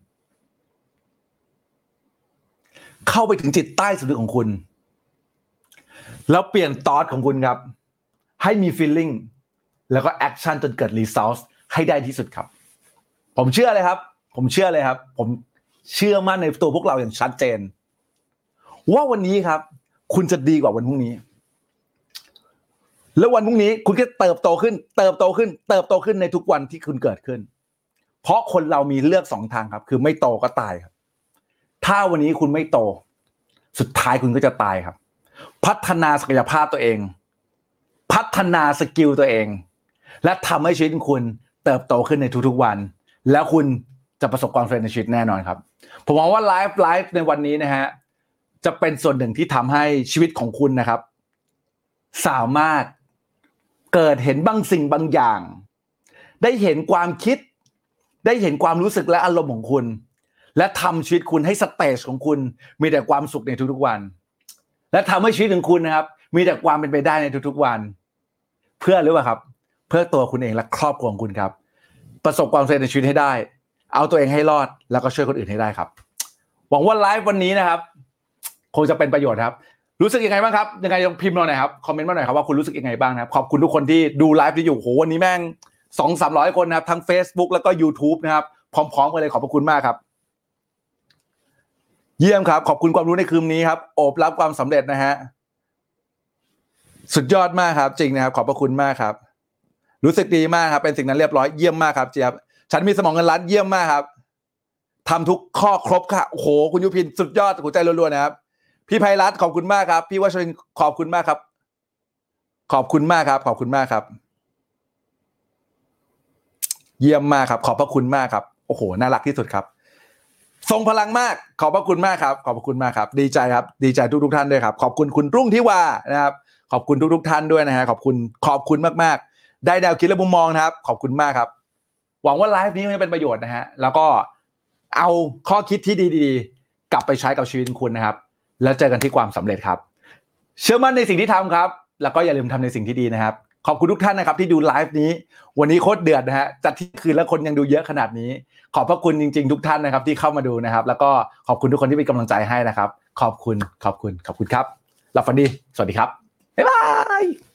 เข้าไปถึงจิตใต้สำนึกของคุณแล้วเปลี่ยนทอทของคุณครับให้มี feeling แล้วก็ action จนเกิด result ให้ได้ที่สุดครับผมเชื่อเลยครับผมเชื่อเลยครับผมเชื่อมั่นในตัวพวกเราอย่างชัดเจนว่าวันนี้ครับคุณจะดีกว่าวันพรุ่งนี้แล้ววันพรุ่งนี้คุณก็เติบโตขึ้นเติบโตขึ้นเติบโตขึ้นในทุกวันที่คุณเกิดขึ้นเพราะคนเรามีเลือก2ทางครับคือไม่โตก็ตายครับถ้าวันนี้คุณไม่โตสุดท้ายคุณก็จะตายครับพัฒนาศักยภาพตัวเองพัฒนาสกิลตัวเองและทำให้ชีวิตคุณเติบโตขึ้นในทุกๆวันแล้วคุณจะประสบความสำเร็จในชีวิตแน่นอนครับผมมองว่าไลฟ์ในวันนี้นะฮะจะเป็นส่วนหนึ่งที่ทำให้ชีวิตของคุณนะครับสามารถเกิดเห็นบางสิ่งบางอย่างได้เห็นความคิดได้เห็นความรู้สึกและอารมณ์ของคุณและทำชีวิตคุณให้สเตจของคุณมีแต่ความสุขในทุกๆวันและทำให้ชีวิตของคุณนะครับมีแต่ความเป็นไปได้ในทุกๆวันเพื่อหรือเปล่าครับเพื่อตัวคุณเองและครอบครัวของคุณครับประสบความสำเร็จในชีวิตให้ได้เอาตัวเองให้รอดแล้วก็ช่วยคนอื่นให้ได้ครับหวังว่าไลฟ์วันนี้นะครับคงจะเป็นประโยชน์ครับรู้สึกยังไงบ้างครับยังไงลองพิมพ์มาหน่อยครับคอมเมนต์มาหน่อยครับว่าคุณรู้สึกยังไงบ้างนะครับขอบคุณทุกคนที่ดูไลฟ์ที่อยู่โหวันนี้แม่ง 200-300 คนนะครับทั้ง Facebook แล้วก็ YouTube นะครับพร้อมๆกันเลยขอบพระคุณมากครับเยี่ยมครับขอบคุณความรู้ในคืนนี้ครับโอบรับความสำเร็จนะฮะสุดยอดมากครับจริงนะครับขอบพระคุณมากครับรู้สึกดีมากครับเป็นสิ่งนั้นเรียบร้อยเยี่ยมมากครับเจี๊ยบฉันมีสมองเงินล้านเยี่ยมมากครับทำทุกข้อครบค่ะโอ้โหคุณยุพินสุดยอดหัวใจรัวๆนะครับพี่ไพรัตน์ขอบคุณมากครับพี่วชรินทร์ขอบคุณมากครับขอบคุณมากครับขอบคุณมากครับเยี่ยมมากครับขอบพระคุณมากครับโอ้โหน่ารักที่สุดครับทรงพลังมากขอบพระคุณมากครับขอบพระคุณมากครับดีใจครับดีใจทุกท่านด้วยครับขอบคุณคุณรุ่งทิวานะครับขอบคุณทุกท่านด้วยนะฮะขอบคุณมากๆได้แนวคิดและมุมมองนะครับขอบคุณมากครับหวังว่าไลฟ์นี้มันจะเป็นประโยชน์นะฮะแล้วก็เอาข้อคิดที่ดีๆกลับไปใช้กับชีวิตคุณนะครับแล้วเจอกันที่ความสำเร็จครับเชื่อมั่นในสิ่งที่ทำครับแล้วก็อย่าลืมทำในสิ่งที่ดีนะครับขอบคุณทุกท่านนะครับที่ดูไลฟ์นี้วันนี้โคตรเดือดนะฮะจัดที่คืนแล้วคนยังดูเยอะขนาดนี้ขอบพระคุณจริงๆทุกท่านนะครับที่เข้ามาดูนะครับแล้วก็ขอบคุณทุกคนที่เป็นกำลังใจให้นะครับขอบคุณครับหลับฝันดีสวัสดีครับบ๊ายบาย